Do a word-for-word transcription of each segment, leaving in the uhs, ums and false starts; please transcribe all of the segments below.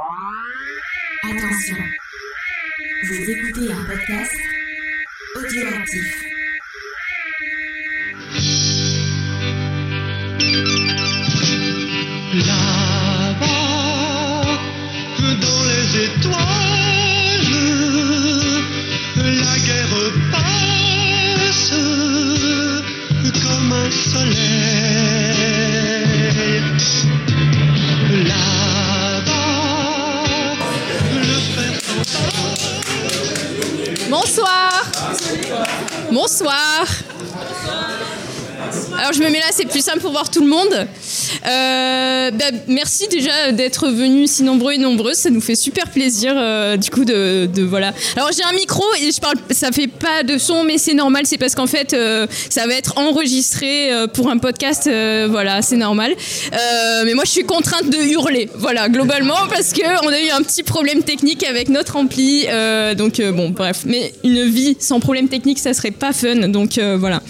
Attention, vous écoutez un podcast audioactif. Là-bas, dans les étoiles, la guerre passe comme un soleil. Là-bas, le frère s'entend. Bonsoir. Bonsoir. Alors je me mets là, c'est plus simple pour voir tout le monde. Euh, bah, merci déjà d'être venus si nombreux et nombreuses, ça nous fait super plaisir euh, du coup de, de voilà. Alors j'ai un micro et je parle, ça fait pas de son mais c'est normal, c'est parce qu'en fait euh, ça va être enregistré euh, pour un podcast, euh, voilà c'est normal. Euh, mais moi je suis contrainte de hurler, voilà globalement parce que on a eu un petit problème technique avec notre ampli, euh, donc euh, bon bref. Mais une vie sans problème technique ça serait pas fun, donc euh, voilà.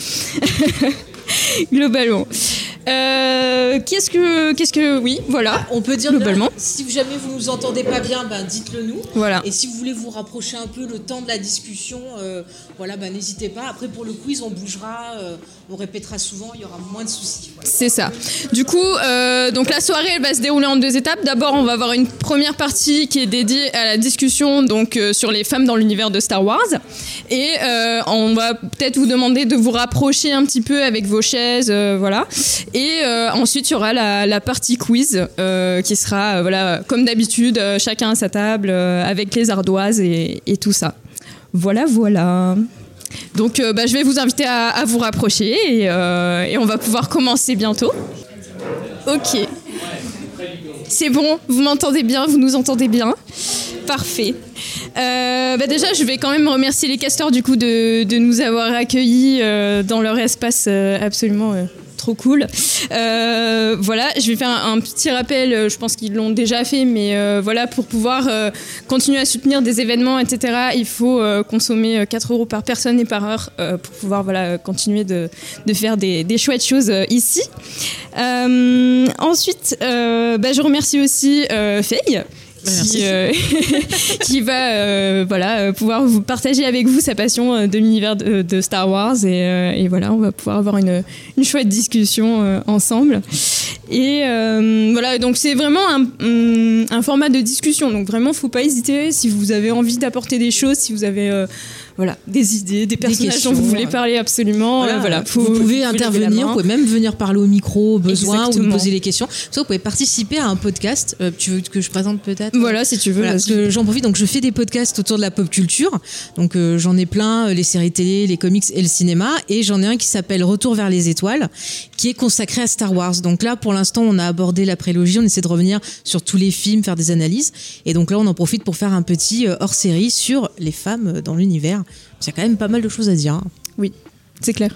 Globalement. Euh, qu'est-ce que, qu'est-ce que, oui, voilà. On peut dire globalement. Là, si jamais vous nous entendez pas bien, ben dites-le nous. Voilà. Et si vous voulez vous rapprocher un peu le temps de la discussion, euh, voilà, ben n'hésitez pas. Après pour le quiz, on bougera, euh, on répétera souvent, il y aura moins de soucis. Voilà. C'est ça. Du coup, euh, donc la soirée elle va se dérouler en deux étapes. D'abord, on va avoir une première partie qui est dédiée à la discussion donc euh, sur les femmes dans l'univers de Star Wars. Et euh, on va peut-être vous demander de vous rapprocher un petit peu avec vos chaises, euh, voilà. Et euh, ensuite, il y aura la, la partie quiz euh, qui sera, euh, voilà, comme d'habitude, euh, chacun à sa table, euh, avec les ardoises et, et tout ça. Voilà, voilà. Donc, euh, bah, je vais vous inviter à, à vous rapprocher et, euh, et on va pouvoir commencer bientôt. Ok. C'est bon, vous m'entendez bien, vous nous entendez bien. Parfait. Euh, bah déjà, je vais quand même remercier les casteurs du coup de, de nous avoir accueillis euh, dans leur espace euh, absolument euh, trop cool. Euh, voilà, je vais faire un, un petit rappel. Je pense qu'ils l'ont déjà fait, mais euh, voilà, pour pouvoir euh, continuer à soutenir des événements, et cetera, il faut euh, consommer quatre euros par personne et par heure euh, pour pouvoir voilà continuer de, de faire des, des chouettes choses euh, ici. Euh, ensuite, euh, bah, je remercie aussi euh, Faye. Qui, euh, qui va euh, voilà, pouvoir vous partager avec vous sa passion de l'univers de, de Star Wars et, euh, et voilà, on va pouvoir avoir une, une chouette discussion euh, ensemble. Et euh, voilà, donc c'est vraiment un, un format de discussion, donc vraiment faut pas hésiter si vous avez envie d'apporter des choses, si vous avez euh, voilà, des idées, des personnages des dont vous voulez parler absolument. Voilà, euh, voilà, faut, vous pouvez intervenir, vous pouvez même venir parler au micro au besoin. Exactement. Ou nous poser des questions. Soit vous pouvez participer à un podcast. Euh, tu veux que je présente peut-être ? Voilà, si tu veux. Voilà, parce que j'en profite, donc je fais des podcasts autour de la pop culture. Donc euh, j'en ai plein, les séries télé, les comics et le cinéma. Et j'en ai un qui s'appelle Retour vers les étoiles, qui est consacré à Star Wars. Donc là, pour l'instant, on a abordé la prélogie, on essaie de revenir sur tous les films, faire des analyses. Et donc là, on en profite pour faire un petit hors-série sur les femmes dans l'univers. Il y a quand même pas mal de choses à dire. Oui, c'est clair.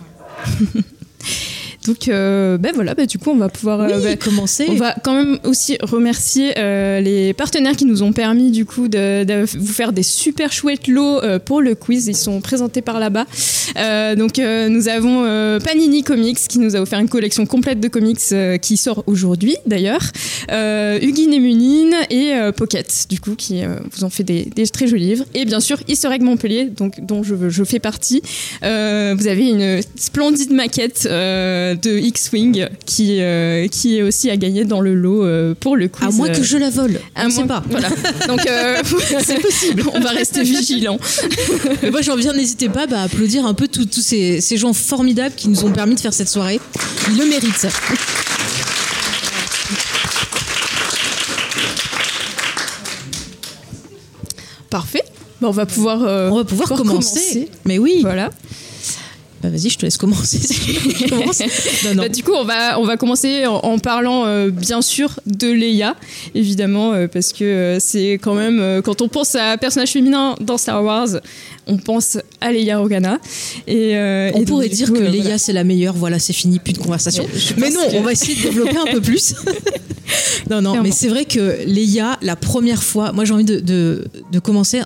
Donc, euh, ben voilà, ben du coup, on va pouvoir oui, euh, ben, commencer. On va quand même aussi remercier euh, les partenaires qui nous ont permis du coup de, de vous faire des super chouettes lots euh, pour le quiz. Ils sont présentés par là-bas. Euh, donc, euh, nous avons euh, Panini Comics qui nous a offert une collection complète de comics euh, qui sort aujourd'hui d'ailleurs. Euh, Hugin et Munine et euh, Pocket, du coup, qui euh, vous ont fait des, des très jolis livres. Et bien sûr, Easter Egg Montpellier, donc dont je, je fais partie. Euh, vous avez une splendide maquette. Euh, de X-Wing qui, euh, qui est aussi à gagner dans le lot euh, pour le quiz. À moins que je la vole, à je ne sais pas. Voilà. Donc euh, c'est possible, on va rester vigilants. Mais moi j'en viens, n'hésitez pas bah, à applaudir un peu tous ces, ces gens formidables qui nous ont permis de faire cette soirée. Ils le méritent. Parfait. Bon, on va pouvoir, euh, on va pouvoir, pouvoir commencer. commencer. Mais oui. Voilà. Bah vas-y, je te laisse commencer. Je commence. Non, non. Bah, du coup, on va, on va commencer en, en parlant euh, bien sûr de Leia, évidemment, euh, parce que euh, c'est quand même, euh, quand on pense à un personnage féminin dans Star Wars, on pense à Leia Organa. Et, euh, on et pourrait donc, dire coup, que euh, Leia voilà. c'est la meilleure, voilà, c'est fini, plus de conversation. Mais, mais non, que... on va essayer de développer un peu plus. non, non, Clairement. Mais c'est vrai que Leia, la première fois, moi j'ai envie de, de, de commencer en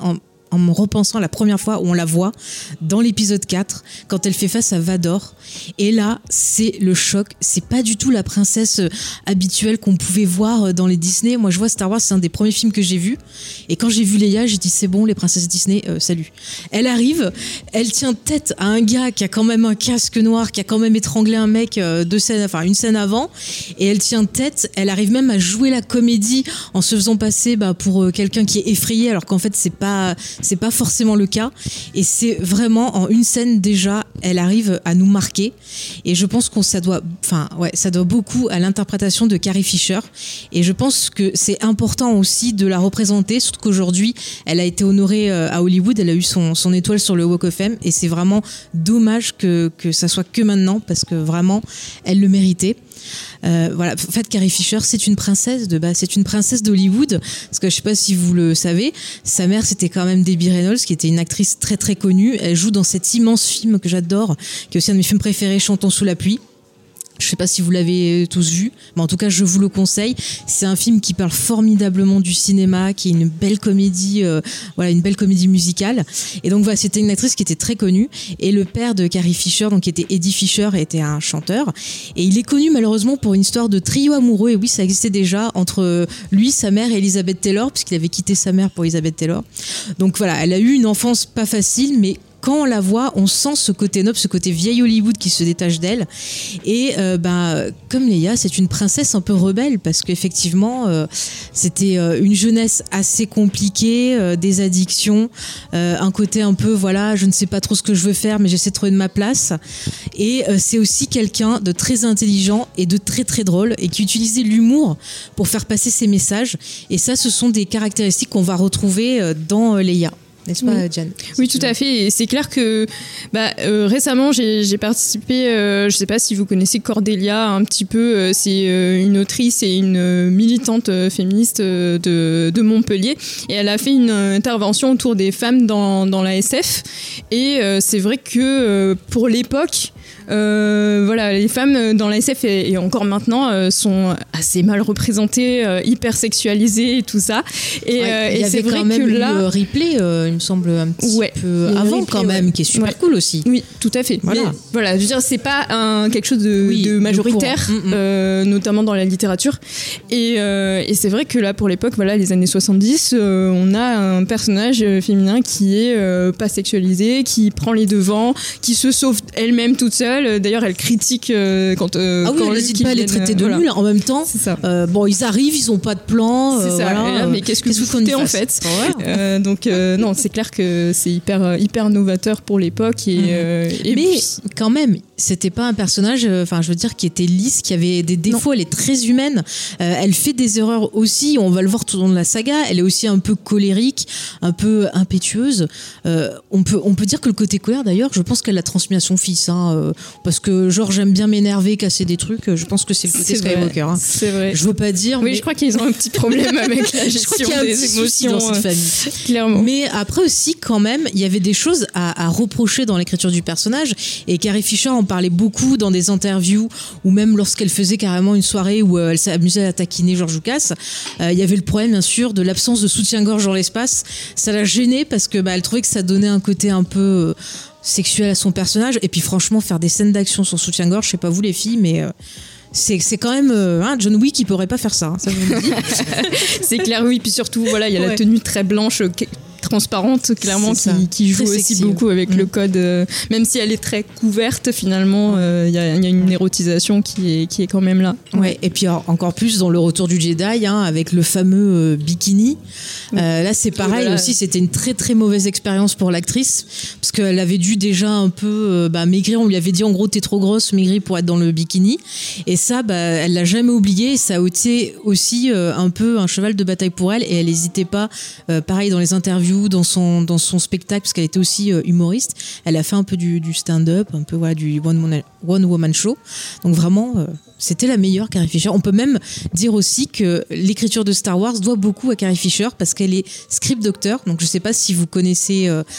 en me repensant à la première fois où on la voit dans l'épisode quatre, quand elle fait face à Vador. Et là, c'est le choc. C'est pas du tout la princesse habituelle qu'on pouvait voir dans les Disney. Moi, je vois Star Wars, c'est un des premiers films que j'ai vu. Et quand j'ai vu Leia, j'ai dit c'est bon, les princesses Disney, euh, salut. Elle arrive, elle tient tête à un gars qui a quand même un casque noir, qui a quand même étranglé un mec euh, deux scènes, enfin une scène avant. Et elle tient tête. Elle arrive même à jouer la comédie en se faisant passer bah, pour euh, quelqu'un qui est effrayé, alors qu'en fait c'est pas c'est pas forcément le cas. Et c'est vraiment en une scène déjà, elle arrive à nous marquer. Et je pense qu'on ça doit, enfin ouais, ça doit beaucoup à l'interprétation de Carrie Fisher. Et je pense que c'est important aussi de la représenter, surtout qu'aujourd'hui elle a été honorée à Hollywood, elle a eu son, son étoile sur le Walk of Fame. Et c'est vraiment dommage que que ça soit que maintenant, parce que vraiment elle le méritait. Euh, voilà, en fait, Carrie Fisher, c'est une princesse de base, c'est une princesse d'Hollywood. Parce que je sais pas si vous le savez, sa mère c'était quand même Debbie Reynolds, qui était une actrice très très connue. Elle joue dans cet immense film que j'adore, qui est aussi un de mes films préférés, Chantons sous la pluie. Je sais pas si vous l'avez tous vu, mais en tout cas je vous le conseille. C'est un film qui parle formidablement du cinéma, qui est une belle comédie, euh, voilà, une belle comédie musicale. Et donc voilà, c'était une actrice qui était très connue. Et le père de Carrie Fisher, donc qui était Eddie Fisher, était un chanteur. Et il est connu malheureusement pour une histoire de trio amoureux. Et oui, ça existait déjà entre lui, sa mère et Elizabeth Taylor, puisqu'il avait quitté sa mère pour Elizabeth Taylor. Donc voilà, elle a eu une enfance pas facile, mais quand on la voit, on sent ce côté noble, ce côté vieille Hollywood qui se détache d'elle. Et euh, bah, comme Leia, c'est une princesse un peu rebelle, parce qu'effectivement, euh, c'était euh, une jeunesse assez compliquée, euh, des addictions, euh, un côté un peu, voilà, je ne sais pas trop ce que je veux faire, mais j'essaie de trouver de ma place. Et euh, c'est aussi quelqu'un de très intelligent et de très très drôle, et qui utilisait l'humour pour faire passer ses messages. Et ça, ce sont des caractéristiques qu'on va retrouver euh, dans euh, Leia. N'est-ce pas, oui. Jen? Oui, tout à fait. Et c'est clair que bah, euh, récemment, j'ai, j'ai participé, euh, je ne sais pas si vous connaissez Cordelia un petit peu, euh, c'est euh, une autrice et une militante euh, féministe euh, de, de Montpellier. Et elle a fait une euh, intervention autour des femmes dans, dans la S F. Et euh, c'est vrai que euh, pour l'époque, Euh, voilà, les femmes dans la S F et, et encore maintenant euh, sont assez mal représentées, euh, hyper sexualisées et tout ça. Et, ouais, euh, il y et avait c'est vrai quand même que là, le replay, euh, il me semble un petit ouais, peu avant replay, quand même, ouais. qui est super ouais. cool aussi. Oui, tout à fait. Voilà. Mais, voilà, je veux dire, c'est pas un, quelque chose de, oui, de majoritaire, mm-hmm. euh, notamment dans la littérature. Et, euh, et c'est vrai que là, pour l'époque, voilà, les années soixante-dix, euh, on a un personnage féminin qui est euh, pas sexualisé, qui prend les devants, qui se sauve elle-même toute seule. D'ailleurs, elle critique euh, quand. Euh, ah oui, quand elle n'hésite pas à les traiter de voilà. nuls. En même temps, c'est ça. Euh, bon, ils arrivent, ils ont pas de plan. C'est euh, ça. voilà, Et là, mais qu'est-ce que qu'est-ce vous qu'on foutez y en fasse fait ouais. euh, Donc euh, non, c'est clair que c'est hyper hyper novateur pour l'époque et, mmh. euh, et mais puis... quand même, c'était pas un personnage, enfin, je veux dire, qui était lisse, qui avait des défauts. Non. Elle est très humaine. Euh, elle fait des erreurs aussi. On va le voir tout au long de la saga. Elle est aussi un peu colérique, un peu impétueuse. Euh, on peut on peut dire que le côté colère, d'ailleurs, je pense qu'elle l'a transmis à son fils, hein, euh, parce que genre j'aime bien m'énerver, casser des trucs. Je pense que c'est le côté c'est Skywalker. Hein. C'est vrai. Je veux pas dire. Oui, mais... je crois qu'ils ont un petit problème avec la gestion je crois qu'il y a un des petit émotions dans cette famille. Clairement. Mais après aussi, quand même, il y avait des choses à, à reprocher dans l'écriture du personnage. Et Carrie Fisher en parlait beaucoup dans des interviews, ou même lorsqu'elle faisait carrément une soirée où elle s'amusait à taquiner George Lucas. Euh, il y avait le problème, bien sûr, de l'absence de soutien-gorge dans l'espace. Ça l'a gênée parce que bah, elle trouvait que ça donnait un côté un peu euh, sexuel à son personnage. Et puis franchement, faire des scènes d'action sans soutien-gorge, je sais pas vous les filles, mais euh, c'est, c'est quand même euh, hein, John Wick, il pourrait pas faire ça, hein, ça je vous le dis. C'est clair, oui. Puis surtout, voilà, il y a ouais. la tenue très blanche, transparente, clairement, qui, qui joue très aussi sexy, beaucoup ouais. avec mmh. le code, euh, même si elle est très couverte, finalement, il euh, y, y a une érotisation qui est, qui est quand même là. Ouais. Ouais. Et puis alors, encore plus dans le Retour du Jedi, hein, avec le fameux euh, bikini. Mmh. Euh, là, c'est pareil oh là là. aussi, c'était une très très mauvaise expérience pour l'actrice, parce qu'elle avait dû déjà un peu euh, bah, maigrir. On lui avait dit en gros, t'es trop grosse, maigrir pour être dans le bikini. Et ça, bah, elle l'a jamais oublié. Ça a été aussi euh, un peu un cheval de bataille pour elle, et elle n'hésitait pas, euh, pareil dans les interviews, dans son, dans son spectacle, parce qu'elle était aussi euh, humoriste. Elle a fait un peu du, du stand-up, un peu voilà, du one, one woman show. Donc vraiment, euh, c'était la meilleure Carrie Fisher. On peut même dire aussi que l'écriture de Star Wars doit beaucoup à Carrie Fisher, parce qu'elle est script doctor. Donc je sais pas si vous connaissez... Euh,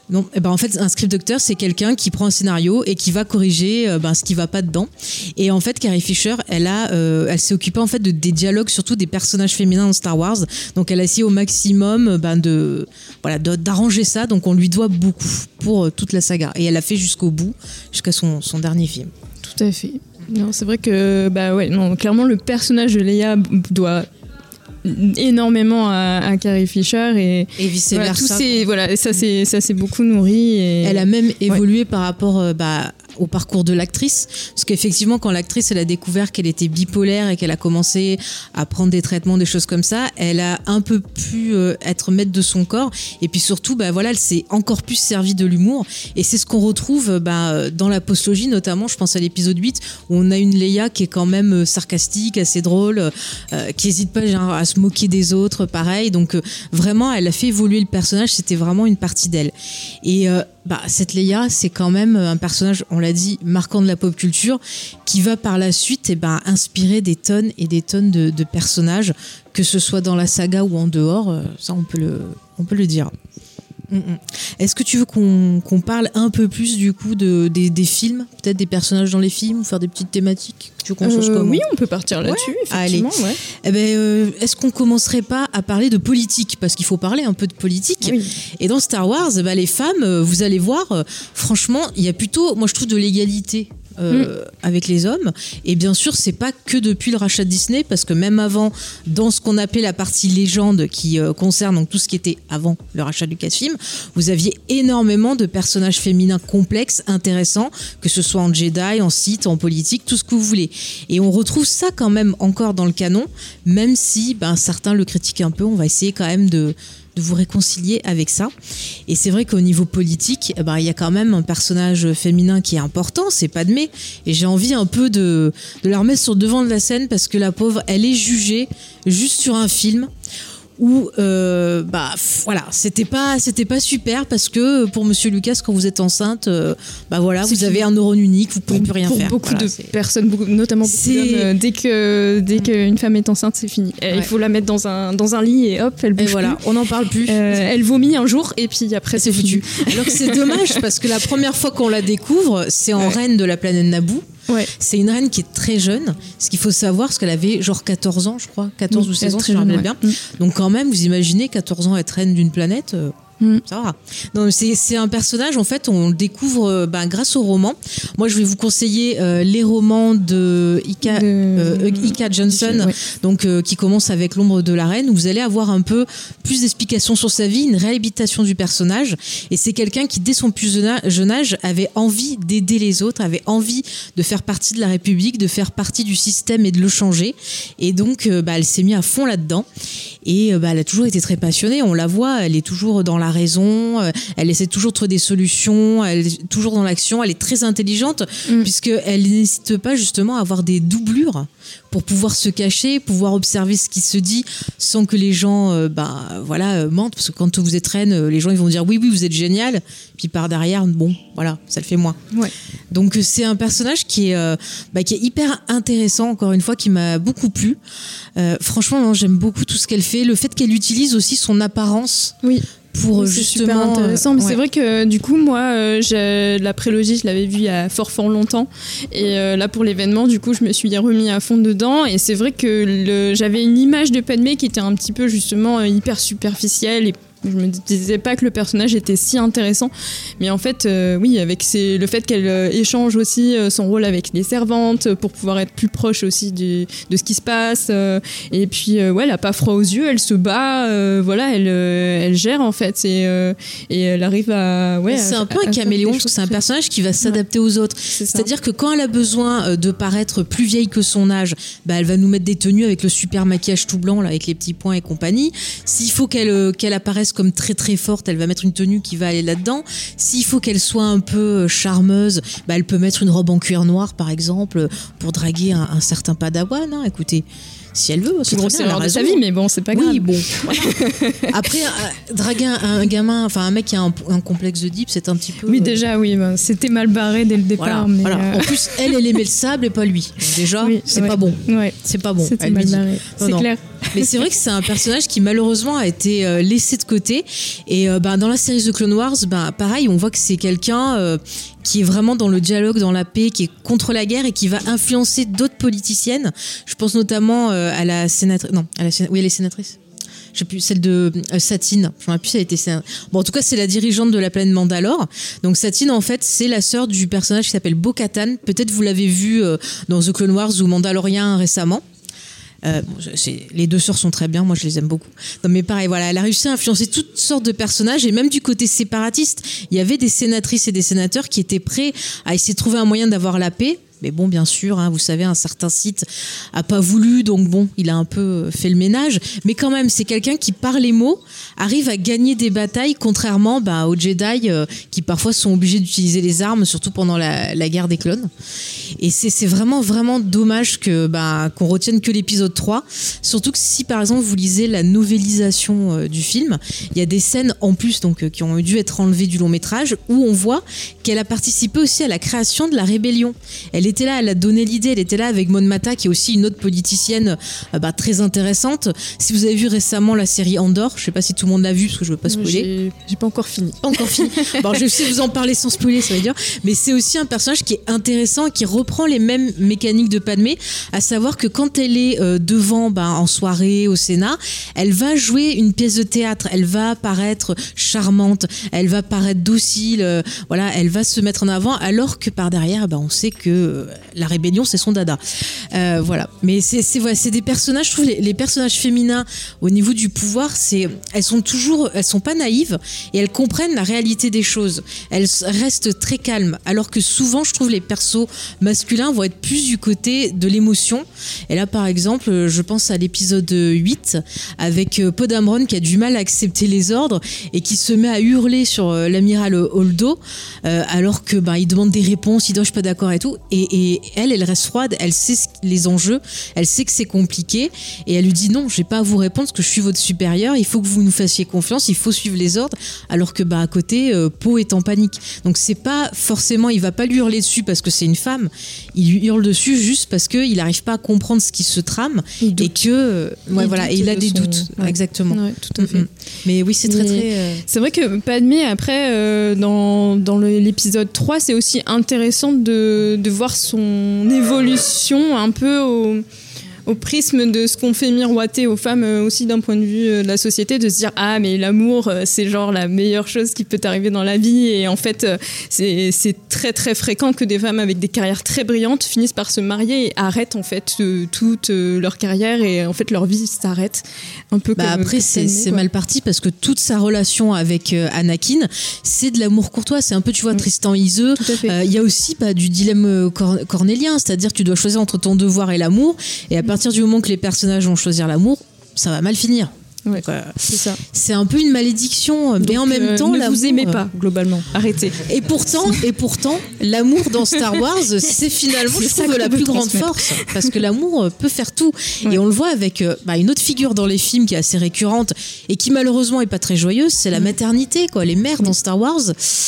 Non, eh ben en fait, un script doctor, c'est quelqu'un qui prend un scénario et qui va corriger euh, ben, ce qui va pas dedans. Et en fait, Carrie Fisher, elle a, euh, elle s'est occupée en fait de des dialogues, surtout des personnages féminins dans Star Wars. Donc, elle a essayé au maximum ben, de, voilà, de, d'arranger ça. Donc, on lui doit beaucoup pour euh, toute la saga. Et elle l'a fait jusqu'au bout, jusqu'à son, son dernier film. Tout à fait. Non, c'est vrai que, bah ouais, non, clairement, le personnage de Leia doit énormément à, à Carrie Fisher et, et vice voilà, versa. Tous ces, voilà, ça c'est ça c'est beaucoup nourri. Et... Elle a même évolué ouais. par rapport euh, bah, au parcours de l'actrice, parce qu'effectivement quand l'actrice elle a découvert qu'elle était bipolaire et qu'elle a commencé à prendre des traitements, des choses comme ça, elle a un peu pu euh, être maître de son corps et puis surtout bah voilà, elle s'est encore plus servie de l'humour et c'est ce qu'on retrouve bah, dans la postlogie, notamment je pense à l'épisode huit où on a une Leia qui est quand même sarcastique, assez drôle, euh, qui hésite pas genre, à se moquer des autres, pareil, donc euh, vraiment elle a fait évoluer le personnage, c'était vraiment une partie d'elle. Et euh, bah, cette Leia, c'est quand même un personnage, on l'a dit, marquant de la pop culture, qui va par la suite eh ben, inspirer des tonnes et des tonnes de, de personnages, que ce soit dans la saga ou en dehors, ça on peut le, on peut le dire. Mm-mm. Est-ce que tu veux qu'on, qu'on parle un peu plus du coup de, des, des films, peut-être des personnages dans les films, ou faire des petites thématiques? Tu veux qu'on euh, chose comment? Oui, on peut partir là-dessus, ouais. Effectivement. Allez. Ouais. Eh ben, euh, est-ce qu'on commencerait pas à parler de politique? Parce qu'il faut parler un peu de politique. Oui. Et dans Star Wars, bah, les femmes, euh, vous allez voir, euh, franchement, il y a plutôt, moi je trouve, de l'égalité. Euh, mm. avec les hommes, et bien sûr c'est pas que depuis le rachat de Disney, parce que même avant, dans ce qu'on appelait la partie légende qui euh, concerne donc tout ce qui était avant le rachat du Lucasfilm, vous aviez énormément de personnages féminins complexes, intéressants, que ce soit en Jedi, en Sith, en politique, tout ce que vous voulez, et on retrouve ça quand même encore dans le canon, même si ben, certains le critiquent un peu. On va essayer quand même de de vous réconcilier avec ça. Et c'est vrai qu'au niveau politique, eh ben, il y a quand même un personnage féminin qui est important, c'est Padmé. Et j'ai envie un peu de, de la remettre sur le devant de la scène, parce que la pauvre, elle est jugée juste sur un film où euh, bah voilà, c'était pas c'était pas super, parce que pour Monsieur Lucas, quand vous êtes enceinte, euh, bah voilà, c'est vous avez un neurone unique, vous pouvez pour, plus rien pour faire. Beaucoup voilà, de c'est... personnes, beaucoup, notamment beaucoup c'est... d'hommes, euh, dès que dès qu'une femme est enceinte, c'est fini. Ouais. Il faut la mettre dans un dans un lit et hop, elle bouge. Et voilà, plus. On n'en parle plus. Euh, elle vomit un jour et puis après c'est, c'est foutu. Alors que c'est dommage, parce que la première fois qu'on la découvre, c'est en ouais. reine de la planète Naboo. Ouais. C'est une reine qui est très jeune. Ce qu'il faut savoir, c'est qu'elle avait genre quatorze ans, je crois, quatorze oui, ou seize ans, si je me rappelle bien. Mmh. Donc quand même, vous imaginez quatorze ans être reine d'une planète, euh, mmh. ça va. Donc c'est, c'est un personnage, en fait, on le découvre euh, ben, grâce au roman. Moi, je vais vous conseiller euh, les romans de Ika, de... Euh, Ika Johnson, ouais. donc euh, qui commence avec L'ombre de la reine, où vous allez avoir un peu plus d'explications sur sa vie, une réhabilitation du personnage. Et c'est quelqu'un qui, dès son plus jeune âge, avait envie d'aider les autres, avait envie de faire partie de la République, de faire partie du système et de le changer. Et donc, euh, bah, elle s'est mise à fond là-dedans. Et euh, bah, elle a toujours été très passionnée. On la voit, elle est toujours dans la raison. Euh, elle essaie toujours de trouver des solutions. Elle est toujours dans l'action. Elle est très intelligente, mm. puisqu'elle n'hésite pas justement à avoir des doublures pour pouvoir se cacher, pouvoir observer ce qui se dit sans que les gens euh, bah, voilà, euh, mentent. Parce que quand vous êtes reine, euh, les gens ils vont dire oui, oui, vous êtes génial. Puis par derrière, bon, voilà, ça le fait moins. Ouais. Donc c'est un personnage qui est, euh, bah, qui est hyper intéressant, encore une fois, qui m'a beaucoup plu. Euh, franchement, non, j'aime beaucoup tout ce qu'elle fait. Le fait qu'elle utilise aussi son apparence. Oui. Pour oui, justement, c'est super intéressant, mais euh, ouais. c'est vrai que du coup moi euh, j'ai, la prélogie je l'avais vue il y a fort fort longtemps et euh, là pour l'événement du coup je me suis remis à fond dedans et c'est vrai que le, j'avais une image de Padmé qui était un petit peu justement hyper superficielle et je me disais pas que le personnage était si intéressant, mais en fait, euh, oui, avec ses, le fait qu'elle euh, échange aussi euh, son rôle avec les servantes pour pouvoir être plus proche aussi du, de ce qui se passe. Euh, et puis, euh, ouais, elle a pas froid aux yeux, elle se bat, euh, voilà, elle, euh, elle gère en fait, et, euh, et elle arrive à, ouais. C'est à, un peu un caméléon, parce que c'est un personnage qui va s'adapter ouais. aux autres. C'est C'est-à-dire que quand elle a besoin de paraître plus vieille que son âge, bah, elle va nous mettre des tenues avec le super maquillage tout blanc là, avec les petits points et compagnie. S'il faut qu'elle, qu'elle apparaisse comme très très forte, elle va mettre une tenue qui va aller là-dedans. S'il faut qu'elle soit un peu charmeuse, bah elle peut mettre une robe en cuir noir par exemple pour draguer un, un certain padawan, hein. Écoutez, si elle veut, c'est grosse erreur de sa vie, mais bon, c'est pas grave. Oui, bon. Voilà. Après, euh, draguer un, un gamin, enfin un mec qui a un, un complexe de Deep, c'est un petit peu. Oui, déjà, oui, bah, c'était mal barré dès le départ. Voilà, mais voilà. euh... En plus, elle, elle aimait le sable et pas lui. Donc déjà, oui, c'est ouais. pas bon. Ouais. C'est pas bon. C'était elle mal lui dit. barré. Non, c'est non. clair. Mais c'est vrai que c'est un personnage qui malheureusement a été euh, laissé de côté. Et euh, bah, dans la série The Clone Wars, bah, pareil, on voit que c'est quelqu'un euh, qui est vraiment dans le dialogue, dans la paix, qui est contre la guerre et qui va influencer d'autres politiciennes. Je pense notamment euh, à la sénatrice. Non, à la sénatrice. Oui, elle est sénatrice. Je sais plus, celle de euh, Satine. Je me rappelle plus si elle était sénatrice. Bon, en tout cas, c'est la dirigeante de la planète Mandalore. Donc Satine, en fait, c'est la sœur du personnage qui s'appelle Bo-Katan. Peut-être vous l'avez vu euh, dans The Clone Wars ou Mandalorian récemment. Euh, bon, c'est, les deux sœurs sont très bien, moi je les aime beaucoup. Non, mais pareil, voilà, elle a réussi à influencer toutes sortes de personnages et même du côté séparatiste, il y avait des sénatrices et des sénateurs qui étaient prêts à essayer de trouver un moyen d'avoir la paix. Mais bon, bien sûr, hein, vous savez, un certain site a pas voulu, donc bon, il a un peu fait le ménage. Mais quand même, c'est quelqu'un qui, par les mots, arrive à gagner des batailles, contrairement bah, aux Jedi euh, qui parfois sont obligés d'utiliser les armes, surtout pendant la, la guerre des clones. Et c'est, c'est vraiment, vraiment dommage que, bah, qu'on retienne que l'épisode trois. Surtout que si, par exemple, vous lisez la novélisation euh, du film, il y a des scènes en plus donc, euh, qui ont dû être enlevées du long métrage où on voit qu'elle a participé aussi à la création de la rébellion. Elle était là, elle a donné l'idée, elle était là avec Mon Mata qui est aussi une autre politicienne euh, bah, très intéressante. Si vous avez vu récemment la série Andor, je sais pas si tout le monde l'a vu parce que je veux pas spoiler. J'ai, j'ai pas encore fini. Pas encore fini. Bon, je vais aussi vous en parler sans spoiler, ça veut dire. Mais c'est aussi un personnage qui est intéressant, qui reprend les mêmes mécaniques de Padmé, à savoir que quand elle est euh, devant, bah, en soirée au Sénat, elle va jouer une pièce de théâtre, elle va paraître charmante, elle va paraître docile, euh, voilà, elle va se mettre en avant, alors que par derrière, bah, on sait que euh, la rébellion, c'est son dada. Euh, voilà. Mais c'est, c'est, voilà, c'est des personnages, je trouve, les, les personnages féminins au niveau du pouvoir, c'est, elles sont toujours, elles sont pas naïves et elles comprennent la réalité des choses. Elles restent très calmes, alors que souvent, je trouve les persos masculins vont être plus du côté de l'émotion. Et là, par exemple, je pense à l'épisode huit avec Poe Dameron qui a du mal à accepter les ordres et qui se met à hurler sur l'amiral Holdo, euh, alors que bah, il demande des réponses, il dit oh, je suis pas d'accord et tout. Et, et elle, elle reste froide, elle sait les enjeux, elle sait que c'est compliqué et elle lui dit non, je vais pas à vous répondre parce que je suis votre supérieur, il faut que vous nous fassiez confiance, il faut suivre les ordres, alors que bah, à côté, euh, Poe est en panique. Donc c'est pas forcément, il va pas lui hurler dessus parce que c'est une femme, il lui hurle dessus juste parce qu'il n'arrive pas à comprendre ce qui se trame et que euh, ouais, il voilà, et il a des son... doutes. Ouais. Exactement. Ouais, tout à fait. Mm-hmm. Mais oui, c'est très Mais très. Euh... C'est vrai que Padmé, après, euh, dans, dans le, l'épisode trois, c'est aussi intéressant de, de voir son évolution un peu au. au prisme de ce qu'on fait miroiter aux femmes aussi d'un point de vue de la société, de se dire ah mais l'amour c'est genre la meilleure chose qui peut t'arriver dans la vie et en fait c'est, c'est très très fréquent que des femmes avec des carrières très brillantes finissent par se marier et arrêtent en fait euh, toute euh, leur carrière et en fait leur vie s'arrête un peu bah comme après c'est, c'est mal parti parce que toute sa relation avec euh, Anakin c'est de l'amour courtois, c'est un peu tu vois mmh. Tristan Iseux, il euh, y a aussi bah, du dilemme cor- cornélien, c'est-à-dire que tu dois choisir entre ton devoir et l'amour et à mmh. À partir du moment que les personnages vont choisir l'amour, ça va mal finir. Ouais, Donc, euh, c'est ça. C'est un peu une malédiction, mais Donc, en même euh, temps, ne l'amour, vous aimez pas globalement. Arrêtez. Et pourtant, et pourtant, l'amour dans Star Wars, c'est finalement, je trouve, la plus grande force, parce que l'amour peut faire tout. Ouais. Et on le voit avec euh, bah, une autre figure dans les films qui est assez récurrente et qui malheureusement est pas très joyeuse, c'est la maternité, quoi. Les mères dans Star Wars.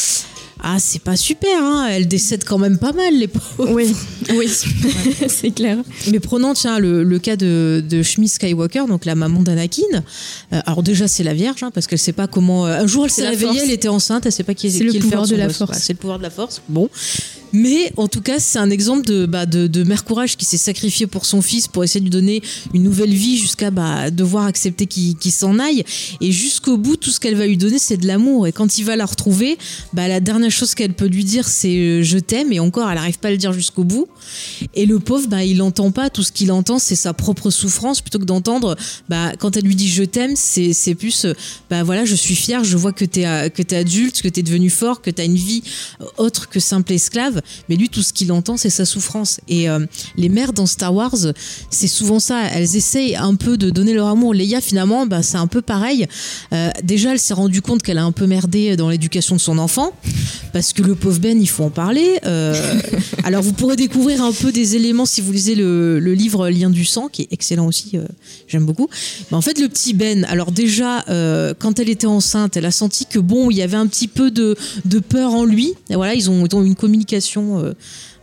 Ah, c'est pas super, hein. Elles décèdent quand même pas mal, les pauvres. Oui, oui, c'est clair. Mais prenons, tiens, le, le cas de, de Shmi Skywalker, donc la maman d'Anakin. Euh, alors déjà, c'est la Vierge, hein, parce qu'elle sait pas comment... Euh, un jour, elle c'est s'est réveillée, elle était enceinte, elle sait pas qui est, c'est qui le est le pouvoir de la boss. force. Bah, c'est le pouvoir de la force, bon. Mais en tout cas, c'est un exemple de, bah, de, de mère courage qui s'est sacrifiée pour son fils pour essayer de lui donner une nouvelle vie jusqu'à bah, devoir accepter qu'il, qu'il s'en aille. Et jusqu'au bout, tout ce qu'elle va lui donner, c'est de l'amour. Et quand il va la retrouver, bah, la dernière chose qu'elle peut lui dire, c'est euh, je t'aime. Et encore, elle n'arrive pas à le dire jusqu'au bout. Et le pauvre, bah, il n'entend pas. Tout ce qu'il entend, c'est sa propre souffrance. Plutôt que d'entendre, bah, quand elle lui dit je t'aime, c'est, c'est plus bah, voilà, je suis fière, je vois que t'es, que t'es adulte, que t'es devenu fort, que t'as une vie autre que simple esclave. Mais lui, tout ce qu'il entend, c'est sa souffrance. Et euh, les mères dans Star Wars, c'est souvent ça. Elles essayent un peu de donner leur amour. Leia, finalement, bah, c'est un peu pareil. Euh, déjà, elle s'est rendue compte qu'elle a un peu merdé dans l'éducation de son enfant. Parce que le pauvre Ben, il faut en parler. Euh, alors, vous pourrez découvrir un peu des éléments si vous lisez le, le livre Lien du sang, qui est excellent aussi. Euh, j'aime beaucoup. Mais en fait, le petit Ben, alors déjà, euh, quand elle était enceinte, elle a senti que bon, il y avait un petit peu de, de peur en lui. Et voilà, ils ont, ils ont une communication Euh,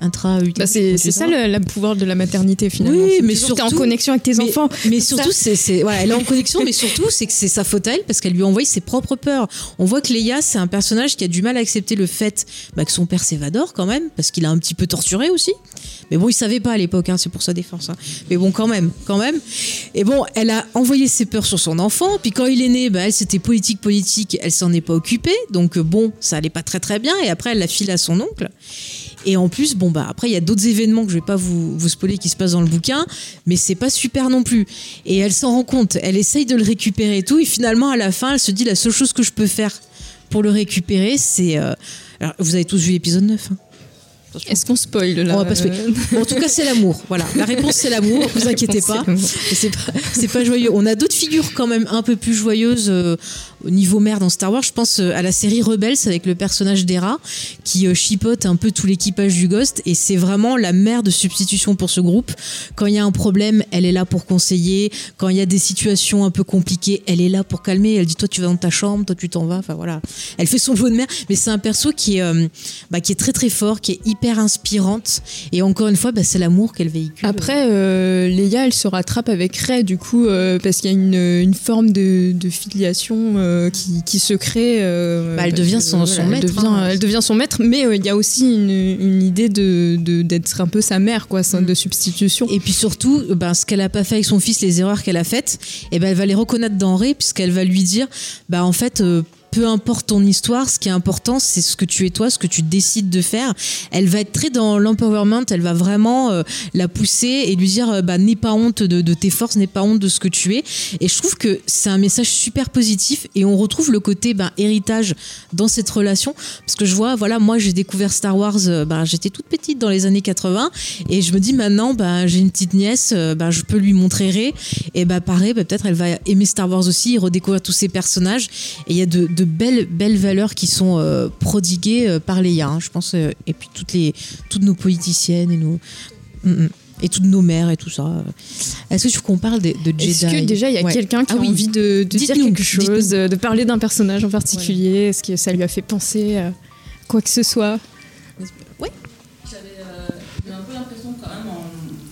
intra bah c'est, c'est ça le, le pouvoir de la maternité finalement. Oui, c'est mais surtout surtout t'es en connexion avec tes mais, enfants. Mais surtout, c'est, c'est, voilà, elle est en connexion, mais surtout, c'est que c'est sa faute à elle parce qu'elle lui a envoyé ses propres peurs. On voit que Leia, c'est un personnage qui a du mal à accepter le fait bah, que son père s'évadore quand même, parce qu'il a un petit peu torturé aussi. Mais bon, il savait pas à l'époque, hein, c'est pour sa défense. Hein. Mais bon, quand même, quand même. Et bon, elle a envoyé ses peurs sur son enfant. Puis quand il est né, bah, elle, c'était politique, politique. Elle s'en est pas occupée. Donc bon, ça allait pas très très bien. Et après, elle l'a filé à son oncle. Et en plus, bon bah après il y a d'autres événements que je vais pas vous vous spoiler qui se passent dans le bouquin, mais c'est pas super non plus. Et elle s'en rend compte, elle essaye de le récupérer et tout, et finalement à la fin, elle se dit la seule chose que je peux faire pour le récupérer, c'est euh... alors vous avez tous vu l'épisode neuf. Hein. Est-ce qu'on spoil là? On va pas spoiler. Bon, en tout cas, c'est l'amour. Voilà, la réponse c'est l'amour. Vous inquiétez pas. C'est, c'est pas, c'est pas joyeux. On a d'autres figures quand même un peu plus joyeuses euh, au niveau mère dans Star Wars. Je pense euh, à la série Rebels avec le personnage d'Hera qui euh, chipote un peu tout l'équipage du Ghost et c'est vraiment la mère de substitution pour ce groupe. Quand il y a un problème, elle est là pour conseiller. Quand il y a des situations un peu compliquées, elle est là pour calmer. Elle dit toi tu vas dans ta chambre, toi tu t'en vas. Enfin voilà, elle fait son boulot de mère. Mais c'est un perso qui est euh, bah, qui est très très fort, qui est hyper inspirante et encore une fois bah, c'est l'amour qu'elle véhicule. Après euh, Leia elle se rattrape avec Rey du coup euh, parce qu'il y a une, une forme de, de filiation euh, qui, qui se crée euh, bah, elle devient son, que, son voilà, maître elle devient, hein. elle devient son maître mais euh, il y a aussi une, une idée de, de, d'être un peu sa mère quoi, mm. de substitution et puis surtout bah, ce qu'elle a pas fait avec son fils, les erreurs qu'elle a faites et bah, elle va les reconnaître dans Rey puisqu'elle va lui dire bah en fait euh, peu importe ton histoire, ce qui est important, c'est ce que tu es toi, ce que tu décides de faire. Elle va être très dans l'empowerment, elle va vraiment euh, la pousser et lui dire euh, bah, n'aie pas honte de, de tes forces, n'aie pas honte de ce que tu es. Et je trouve que c'est un message super positif et on retrouve le côté bah, héritage dans cette relation. Parce que je vois, voilà, moi j'ai découvert Star Wars, euh, bah, j'étais toute petite dans les années quatre-vingts et je me dis maintenant, bah, j'ai une petite nièce, euh, bah, je peux lui montrer Rey et bah, pareil, bah, peut-être elle va aimer Star Wars aussi, redécouvrir tous ces personnages. Et il y a de, de belles, belles valeurs qui sont euh, prodiguées euh, par Leia, hein, je pense, euh, et puis toutes, les, toutes nos politiciennes et, nos, mm, et toutes nos mères et tout ça. Est-ce que tu veux qu'on parle de, de Jedi? Est-ce que déjà il y a ouais. quelqu'un qui ah, a oui. envie de, de dire quelque chose, dites-nous. de parler d'un personnage en particulier? Voilà. Est-ce que ça lui a fait penser à quoi que ce soit? Oui. J'avais euh, un peu l'impression quand même, en...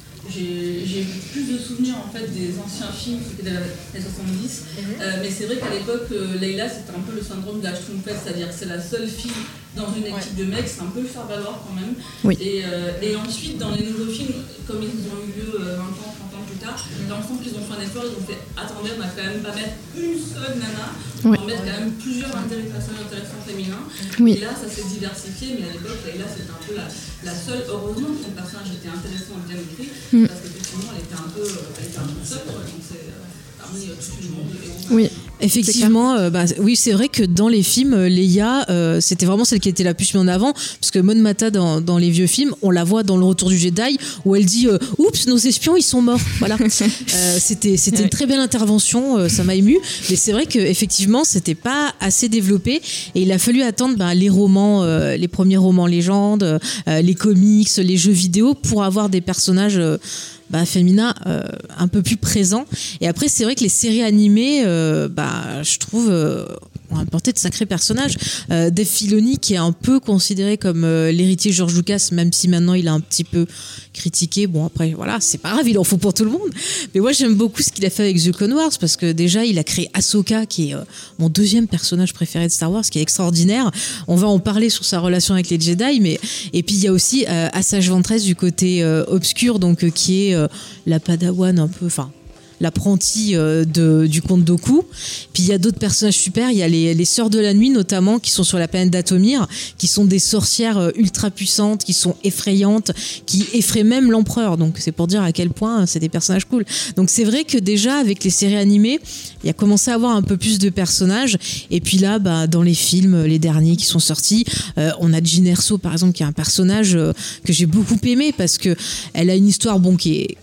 j'ai, j'ai plus de souvenirs en fait des anciens films, c'était des années soixante-dix, mm-hmm. euh, mais c'est vrai qu'à l'époque, euh, Leila c'était un peu le syndrome de la Schtroumpfette, c'est-à-dire que c'est la seule fille dans une équipe ouais. de mecs, c'est un peu le faire valoir quand même. Oui. Et, euh, et ensuite, dans les nouveaux films, comme ils ont eu lieu euh, vingt ans, trente ans plus tard, mm-hmm. dans le sens qu'ils ont fait un effort, ils ont fait attendez, on va quand même pas mettre une seule nana, on va ouais. mettre quand même plusieurs personnages intéressants féminins. Oui. Et là, ça s'est diversifié, mais à l'époque, Leila c'était un peu la, la seule. Heureusement que son personnage était intéressant et bien écrit, mm. parce qu'effectivement, elle était un peu, elle était un peu seule, quoi, donc c'est parmi euh, tout le monde de héros. Oui. Effectivement, euh, bah, oui, c'est vrai que dans les films, Leia, euh, c'était vraiment celle qui était la plus mise en avant, parce que Mon Mata dans, dans les vieux films, on la voit dans Le Retour du Jedi, où elle dit euh, « Oups, nos espions, ils sont morts ». Voilà. euh, c'était c'était ouais. une très belle intervention, euh, ça m'a ému, mais c'est vrai qu'effectivement, c'était pas assez développé, et il a fallu attendre bah, les romans, euh, les premiers romans légendes, euh, les comics, les jeux vidéo, pour avoir des personnages... Euh, Bah, féminin euh, un peu plus présent. Et après, c'est vrai que les séries animées, euh, bah, je trouve, euh, ont apporté de sacrés personnages. Euh, Dave Filoni, qui est un peu considéré comme euh, l'héritier George Lucas, même si maintenant il a un petit peu critiqué. Bon, après, voilà, c'est pas grave, il en faut pour tout le monde. Mais moi, j'aime beaucoup ce qu'il a fait avec The Clone Wars, parce que déjà, il a créé Ahsoka, qui est euh, mon deuxième personnage préféré de Star Wars, qui est extraordinaire. On va en parler sur sa relation avec les Jedi, mais et puis il y a aussi euh, Asajj Ventress du côté euh, obscur, donc euh, qui est euh, la Padawan un peu, enfin l'apprenti euh, de, du comte Dooku. Puis il y a d'autres personnages super, il y a les, les Sœurs de la Nuit notamment, qui sont sur la planète d'Atomir, qui sont des sorcières euh, ultra puissantes, qui sont effrayantes, qui effraient même l'empereur, donc c'est pour dire à quel point c'est des personnages cool. Donc c'est vrai que déjà avec les séries animées, il y a commencé à avoir un peu plus de personnages, et puis là bah, dans les films, les derniers qui sont sortis, euh, on a Jyn Erso par exemple, qui est un personnage euh, que j'ai beaucoup aimé, parce que elle a une histoire bon, qui est, qui est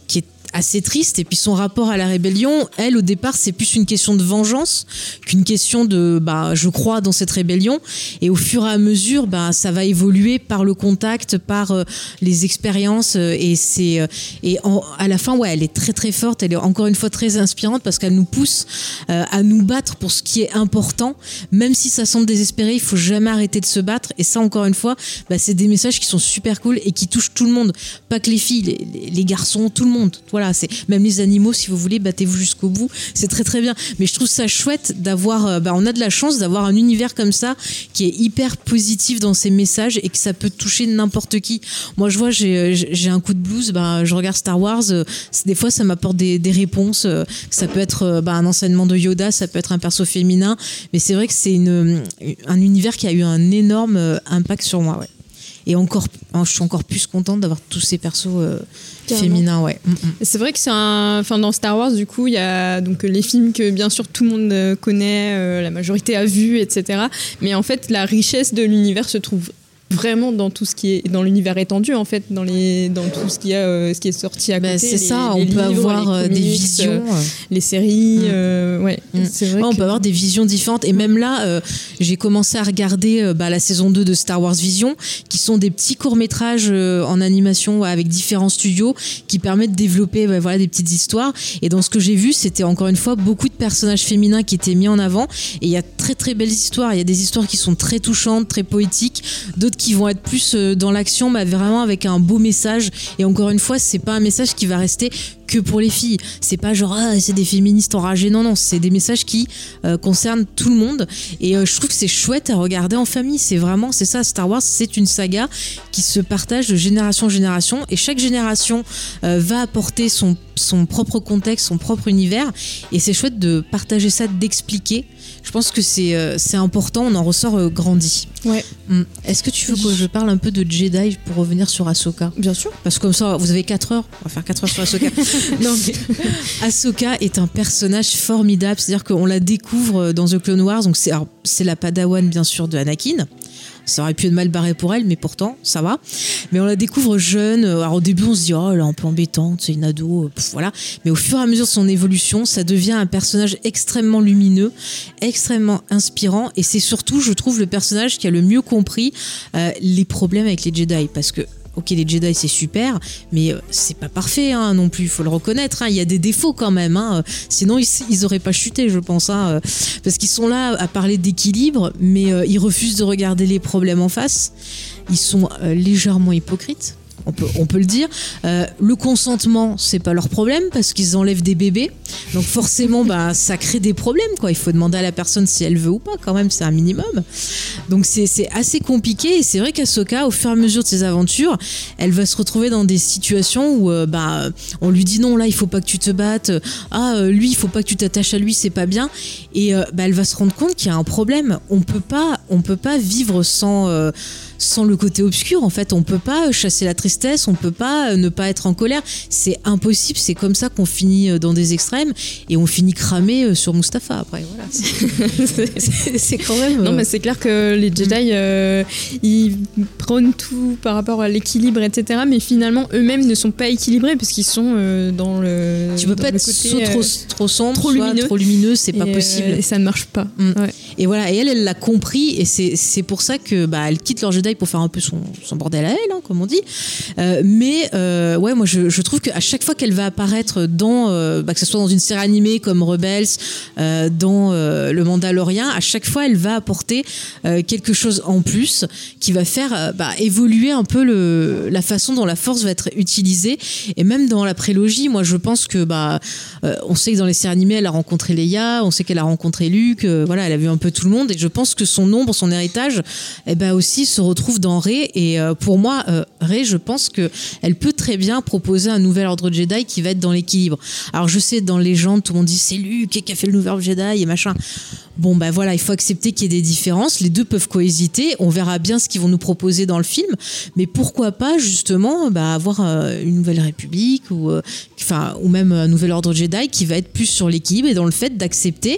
assez triste. Et puis son rapport à la rébellion, elle, au départ, c'est plus une question de vengeance qu'une question de, bah, je crois dans cette rébellion. Et au fur et à mesure, bah, ça va évoluer par le contact, par euh, les expériences. Euh, et c'est, euh, et en, à la fin, ouais, elle est très très forte. Elle est encore une fois très inspirante parce qu'elle nous pousse euh, à nous battre pour ce qui est important. Même si ça semble désespéré, il faut jamais arrêter de se battre. Et ça, encore une fois, bah, c'est des messages qui sont super cool et qui touchent tout le monde. Pas que les filles, les, les, les garçons, tout le monde. Voilà, c'est même les animaux, si vous voulez, battez-vous jusqu'au bout. C'est très très bien. Mais je trouve ça chouette d'avoir, euh, bah, on a de la chance d'avoir un univers comme ça qui est hyper positif dans ses messages et que ça peut toucher n'importe qui. Moi, je vois, j'ai, j'ai un coup de blues, bah, je regarde Star Wars. Euh, des fois, ça m'apporte des, des réponses. Euh, ça peut être euh, bah, un enseignement de Yoda, ça peut être un perso féminin. Mais c'est vrai que c'est une, un univers qui a eu un énorme euh, impact sur moi. Ouais. Et encore, je suis encore plus contente d'avoir tous ces persos euh, féminins, ouais. Mm-mm. C'est vrai que c'est un, enfin dans Star Wars, du coup, il y a donc les films que bien sûr tout le monde connaît, euh, la majorité a vu, et cetera. Mais en fait, la richesse de l'univers se trouve vraiment dans tout ce qui est dans l'univers étendu, en fait, dans les dans tout ce qui a euh, ce qui est sorti à côté. Bah, c'est les, ça, les on livres, peut avoir les des comics, visions, euh, les séries, mmh. euh, ouais. Mmh. C'est vrai. Ouais, on que... peut avoir des visions différentes. Et même là, euh, j'ai commencé à regarder euh, bah, la saison deux de Star Wars Vision, qui sont des petits courts métrages euh, en animation ouais, avec différents studios qui permettent de développer bah, voilà des petites histoires. Et dans ce que j'ai vu, c'était encore une fois beaucoup de personnages féminins qui étaient mis en avant. Et il y a très très belles histoires. Il y a des histoires qui sont très touchantes, très poétiques, d'autres qui vont être plus dans l'action, mais vraiment avec un beau message. Et encore une fois, c'est pas un message qui va rester que pour les filles. C'est pas genre ah, c'est des féministes enragées. Non, non, c'est des messages qui euh, concernent tout le monde. Et euh, je trouve que c'est chouette à regarder en famille. C'est vraiment, c'est ça, Star Wars, c'est une saga qui se partage de génération en génération. Et chaque génération euh, va apporter son, son propre contexte, son propre univers. Et c'est chouette de partager ça, d'expliquer. Je pense que c'est, euh, c'est important, on en ressort euh, grandi. Ouais. Hum. Est-ce que tu veux que je parle un peu de Jedi pour revenir sur Ahsoka ? Bien sûr. Parce que comme ça, vous avez quatre heures. On va faire quatre heures sur Ahsoka. Non, mais Ahsoka est un personnage formidable. C'est-à-dire qu'on la découvre dans The Clone Wars. Donc c'est, alors, c'est la padawan, bien sûr, de Anakin. Ça aurait pu être mal barré pour elle, mais pourtant, ça va. Mais on la découvre jeune. Alors au début, on se dit, oh, elle est un peu embêtante, c'est une ado, pff, voilà. Mais au fur et à mesure de son évolution, ça devient un personnage extrêmement lumineux, extrêmement inspirant. Et c'est surtout, je trouve, le personnage qui a le mieux compris euh, les problèmes avec les Jedi. Parce que ok, les Jedi c'est super, mais euh, c'est pas parfait hein, non plus, il faut le reconnaître. Hein, il y a des défauts quand même. Hein, sinon, ils, ils auraient pas chuté, je pense. Hein, euh, parce qu'ils sont là à parler d'équilibre, mais euh, ils refusent de regarder les problèmes en face. Ils sont euh, légèrement hypocrites. On peut, on peut le dire. Euh, le consentement, c'est pas leur problème parce qu'ils enlèvent des bébés. Donc forcément, bah, ça crée des problèmes, quoi. Il faut demander à la personne si elle veut ou pas, quand même, c'est un minimum. Donc c'est, c'est assez compliqué. Et c'est vrai qu'Ahsoka, au fur et à mesure de ses aventures, elle va se retrouver dans des situations où euh, bah, on lui dit non, là, il faut pas que tu te battes. Ah, euh, lui, il faut pas que tu t'attaches à lui, c'est pas bien. Et euh, bah, elle va se rendre compte qu'il y a un problème. On peut pas, on peut pas vivre sans... Euh, sans le côté obscur, en fait, on peut pas chasser la tristesse, on peut pas ne pas être en colère, c'est impossible, c'est comme ça qu'on finit dans des extrêmes et on finit cramé sur Mustapha après, voilà. C'est, c'est, c'est quand même... Non, mais c'est clair que les Jedi, euh, ils prônent tout par rapport à l'équilibre, et cetera, mais finalement, eux-mêmes ne sont pas équilibrés parce qu'ils sont euh, dans le... Tu peux pas être côté, soit trop, euh, trop sombre, trop lumineux, trop lumineux, c'est pas et, possible. Euh, et ça ne marche pas. Mm. Ouais. Et voilà, et elle, elle l'a compris et c'est, c'est pour ça que bah, elle quitte leur Jedi pour faire un peu son, son bordel à elle, hein, comme on dit. Euh, mais euh, ouais, moi je, je trouve qu'à chaque fois qu'elle va apparaître dans, euh, bah, que ce soit dans une série animée comme Rebels, euh, dans euh, Le Mandalorian, à chaque fois elle va apporter euh, quelque chose en plus qui va faire euh, bah, évoluer un peu le, la façon dont la Force va être utilisée. Et même dans la prélogie, moi je pense que bah, euh, on sait que dans les séries animées elle a rencontré Leia, on sait qu'elle a rencontré Luke, euh, voilà, elle a vu un peu tout le monde et je pense que son ombre, son héritage, eh ben aussi se retrouve dans Rey. Et euh, pour moi, euh, Rey, je pense que elle peut très bien proposer un nouvel ordre Jedi qui va être dans l'équilibre. Alors je sais, dans Légende, tout le monde dit c'est Luke qui a fait le nouvel ordre Jedi et machin. Bon, ben voilà, il faut accepter qu'il y ait des différences. Les deux peuvent coexister. On verra bien ce qu'ils vont nous proposer dans le film. Mais pourquoi pas, justement, bah, avoir euh, une nouvelle république ou, euh, enfin, ou même un nouvel ordre Jedi qui va être plus sur l'équilibre et dans le fait d'accepter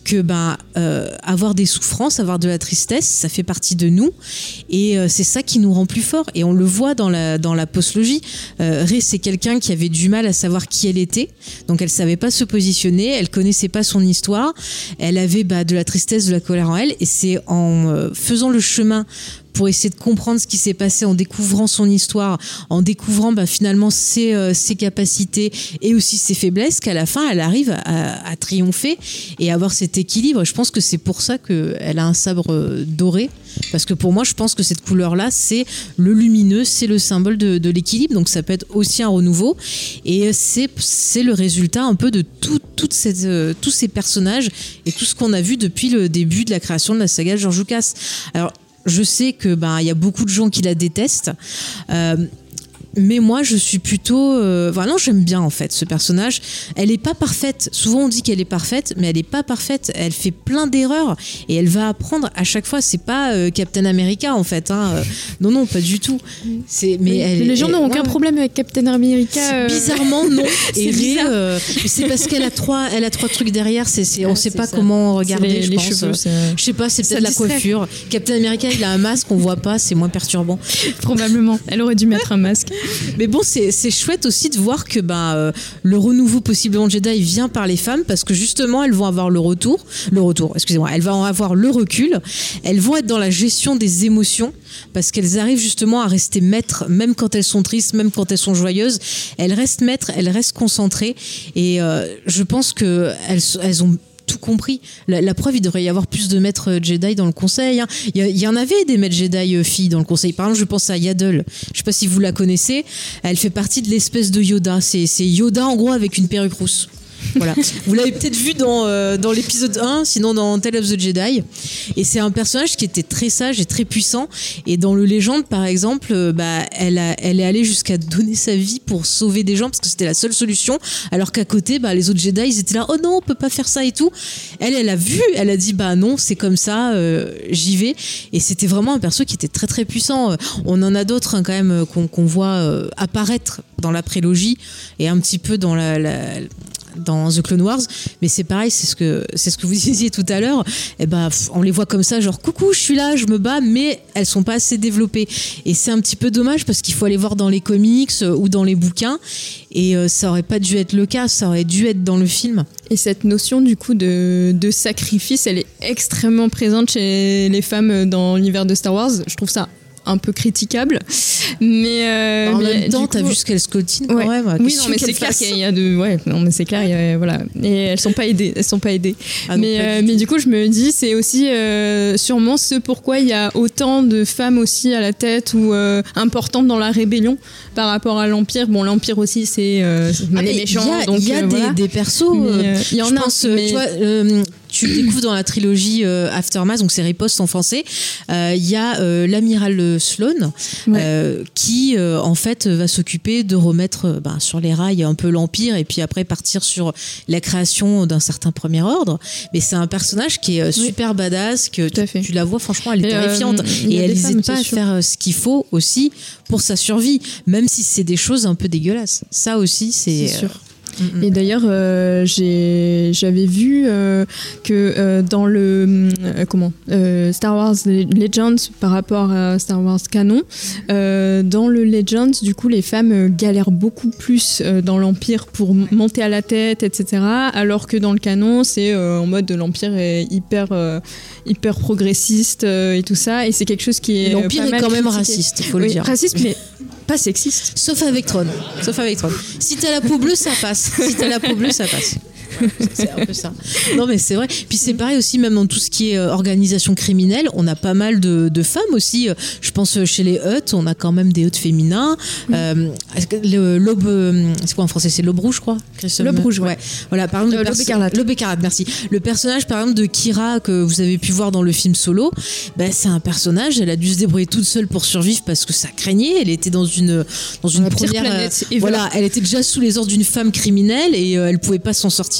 que ben euh, avoir des souffrances, avoir de la tristesse, ça fait partie de nous, et euh, c'est ça qui nous rend plus forts. Et on le voit dans la dans la postlogie. Euh, Ré, c'est quelqu'un qui avait du mal à savoir qui elle était, donc elle savait pas se positionner, elle connaissait pas son histoire, elle avait bah, de la tristesse, de la colère en elle, et c'est en euh, faisant le chemin pour essayer de comprendre ce qui s'est passé, en découvrant son histoire, en découvrant bah, finalement ses, euh, ses capacités et aussi ses faiblesses, qu'à la fin elle arrive à, à triompher et avoir cet équilibre. Je pense que c'est pour ça qu'elle a un sabre doré, parce que pour moi je pense que cette couleur là c'est le lumineux, c'est le symbole de, de l'équilibre, donc ça peut être aussi un renouveau, et c'est, c'est le résultat un peu de tout, toute cette, euh, tous ces personnages et tout ce qu'on a vu depuis le début de la création de la saga George Lucas. Alors je sais que ben il y a beaucoup de gens qui la détestent, euh, mais moi je suis plutôt euh, enfin non, j'aime bien en fait ce personnage. Elle est pas parfaite, souvent on dit qu'elle est parfaite, mais elle est pas parfaite, elle fait plein d'erreurs et elle va apprendre à chaque fois. C'est pas euh, Captain America en fait, hein. euh, non non pas du tout. C'est mais oui, elle, les gens elle, n'ont aucun ouais, problème avec Captain America, euh... bizarrement non. C'est et Ré, euh, c'est parce qu'elle a trois elle a trois trucs derrière, c'est, c'est on ah, sait c'est pas ça. comment regarder, les, je les pense cheveux, ça... je sais pas, c'est ça peut-être la distrait. coiffure. Captain America il a un masque, on voit pas, c'est moins perturbant. Probablement, elle aurait dû mettre un masque. Mais bon, c'est, c'est chouette aussi de voir que ben, euh, le renouveau possiblement de Jedi vient par les femmes, parce que justement elles vont avoir le retour, le retour, excusez-moi, elles vont avoir le recul, elles vont être dans la gestion des émotions, parce qu'elles arrivent justement à rester maîtres, même quand elles sont tristes, même quand elles sont joyeuses, elles restent maîtres, elles restent concentrées, et euh, je pense que elles, elles ont tout compris. La, la preuve, il devrait y avoir plus de maîtres Jedi dans le conseil, hein. Il, y, il y en avait des maîtres Jedi euh, filles dans le conseil. Par exemple, je pense à Yaddle. Je sais pas si vous la connaissez. Elle fait partie de l'espèce de Yoda. C'est, c'est Yoda en gros avec une perruque rousse. Voilà. Vous l'avez peut-être vu dans, euh, dans l'épisode un, sinon dans Tale of the Jedi. Et c'est un personnage qui était très sage et très puissant. Et dans le Légende, par exemple, euh, bah, elle, a, elle est allée jusqu'à donner sa vie pour sauver des gens, parce que c'était la seule solution. Alors qu'à côté, bah, les autres Jedi, ils étaient là, oh non, on peut pas faire ça et tout. Elle, elle a vu, elle a dit, bah non, c'est comme ça, euh, j'y vais. Et c'était vraiment un perso qui était très très puissant. On en a d'autres hein, quand même qu'on, qu'on voit euh, apparaître dans la prélogie et un petit peu dans la... la dans The Clone Wars, mais c'est pareil, c'est ce que c'est ce que vous disiez tout à l'heure. Et ben, on les voit comme ça, genre coucou, je suis là, je me bats, mais elles sont pas assez développées. Et c'est un petit peu dommage parce qu'il faut aller voir dans les comics ou dans les bouquins. Et euh, ça aurait pas dû être le cas, ça aurait dû être dans le film. Et cette notion du coup de, de sacrifice, elle est extrêmement présente chez les femmes dans l'univers de Star Wars. Je trouve ça un peu critiquable, mais euh, en mais même temps, coup, t'as vu ce qu'elles scottinent quand ouais. même. Oui, non, mais c'est clair qu'il y a de, ouais, non, mais c'est clair, il y a, voilà, et elles sont pas aidées, elles sont pas aidées. Ah, mais pas euh, du mais du coup, je me dis, c'est aussi euh, sûrement ce pourquoi il y a autant de femmes aussi à la tête ou euh, importantes dans la rébellion par rapport à l'Empire. Bon, l'Empire aussi, c'est euh, ah, les méchants, y a, donc il y a euh, des, voilà. des persos. Il y en je a, pense, mais... tu vois. Euh, Tu découvres dans la trilogie euh, Aftermath, donc c'est Riposte en français, il euh, y a euh, l'amiral Sloane ouais. euh, qui euh, en fait va s'occuper de remettre euh, ben, sur les rails un peu l'Empire et puis après partir sur la création d'un certain premier ordre. Mais c'est un personnage qui est euh, super oui. badass, que tu, tu la vois franchement, elle est et terrifiante euh, et elle n'hésite pas à sûr. faire ce qu'il faut aussi pour sa survie, même si c'est des choses un peu dégueulasses. Ça aussi, c'est... c'est sûr. Et d'ailleurs, euh, j'ai, j'avais vu euh, que euh, dans le euh, comment euh, Star Wars Legends par rapport à Star Wars canon, euh, dans le Legends, du coup, les femmes galèrent beaucoup plus euh, dans l'Empire pour monter à la tête, et cetera. Alors que dans le canon, c'est euh, en mode l'Empire est hyper euh, hyper progressiste euh, et tout ça. Et c'est quelque chose qui est l'Empire pas est mal quand même critiqué. raciste, il faut oui, le dire. Raciste, mais pas sexiste. Sauf avec Tron. Sauf avec Tron. Si t'as la peau bleue, ça passe. Si t'as la peau bleue, ça passe. C'est un peu ça. Non, mais c'est vrai. Puis c'est pareil aussi, même dans tout ce qui est euh, organisation criminelle, on a pas mal de, de femmes aussi. Je pense chez les Hutt, on a quand même des Hutt féminins. Mmh. Euh, le, l'aube, c'est quoi en français? C'est l'aube rouge, je crois. L'aube rouge, ouais. ouais. Voilà, par exemple, euh, l'aube écarlate. L'aube écarlate, merci. Le personnage, par exemple, de Kira que vous avez pu voir dans le film Solo, ben, c'est un personnage. Elle a dû se débrouiller toute seule pour survivre parce que ça craignait. Elle était dans une dans une la première. Pire planète, euh, voilà, elle était déjà sous les ordres d'une femme criminelle et euh, elle pouvait pas s'en sortir.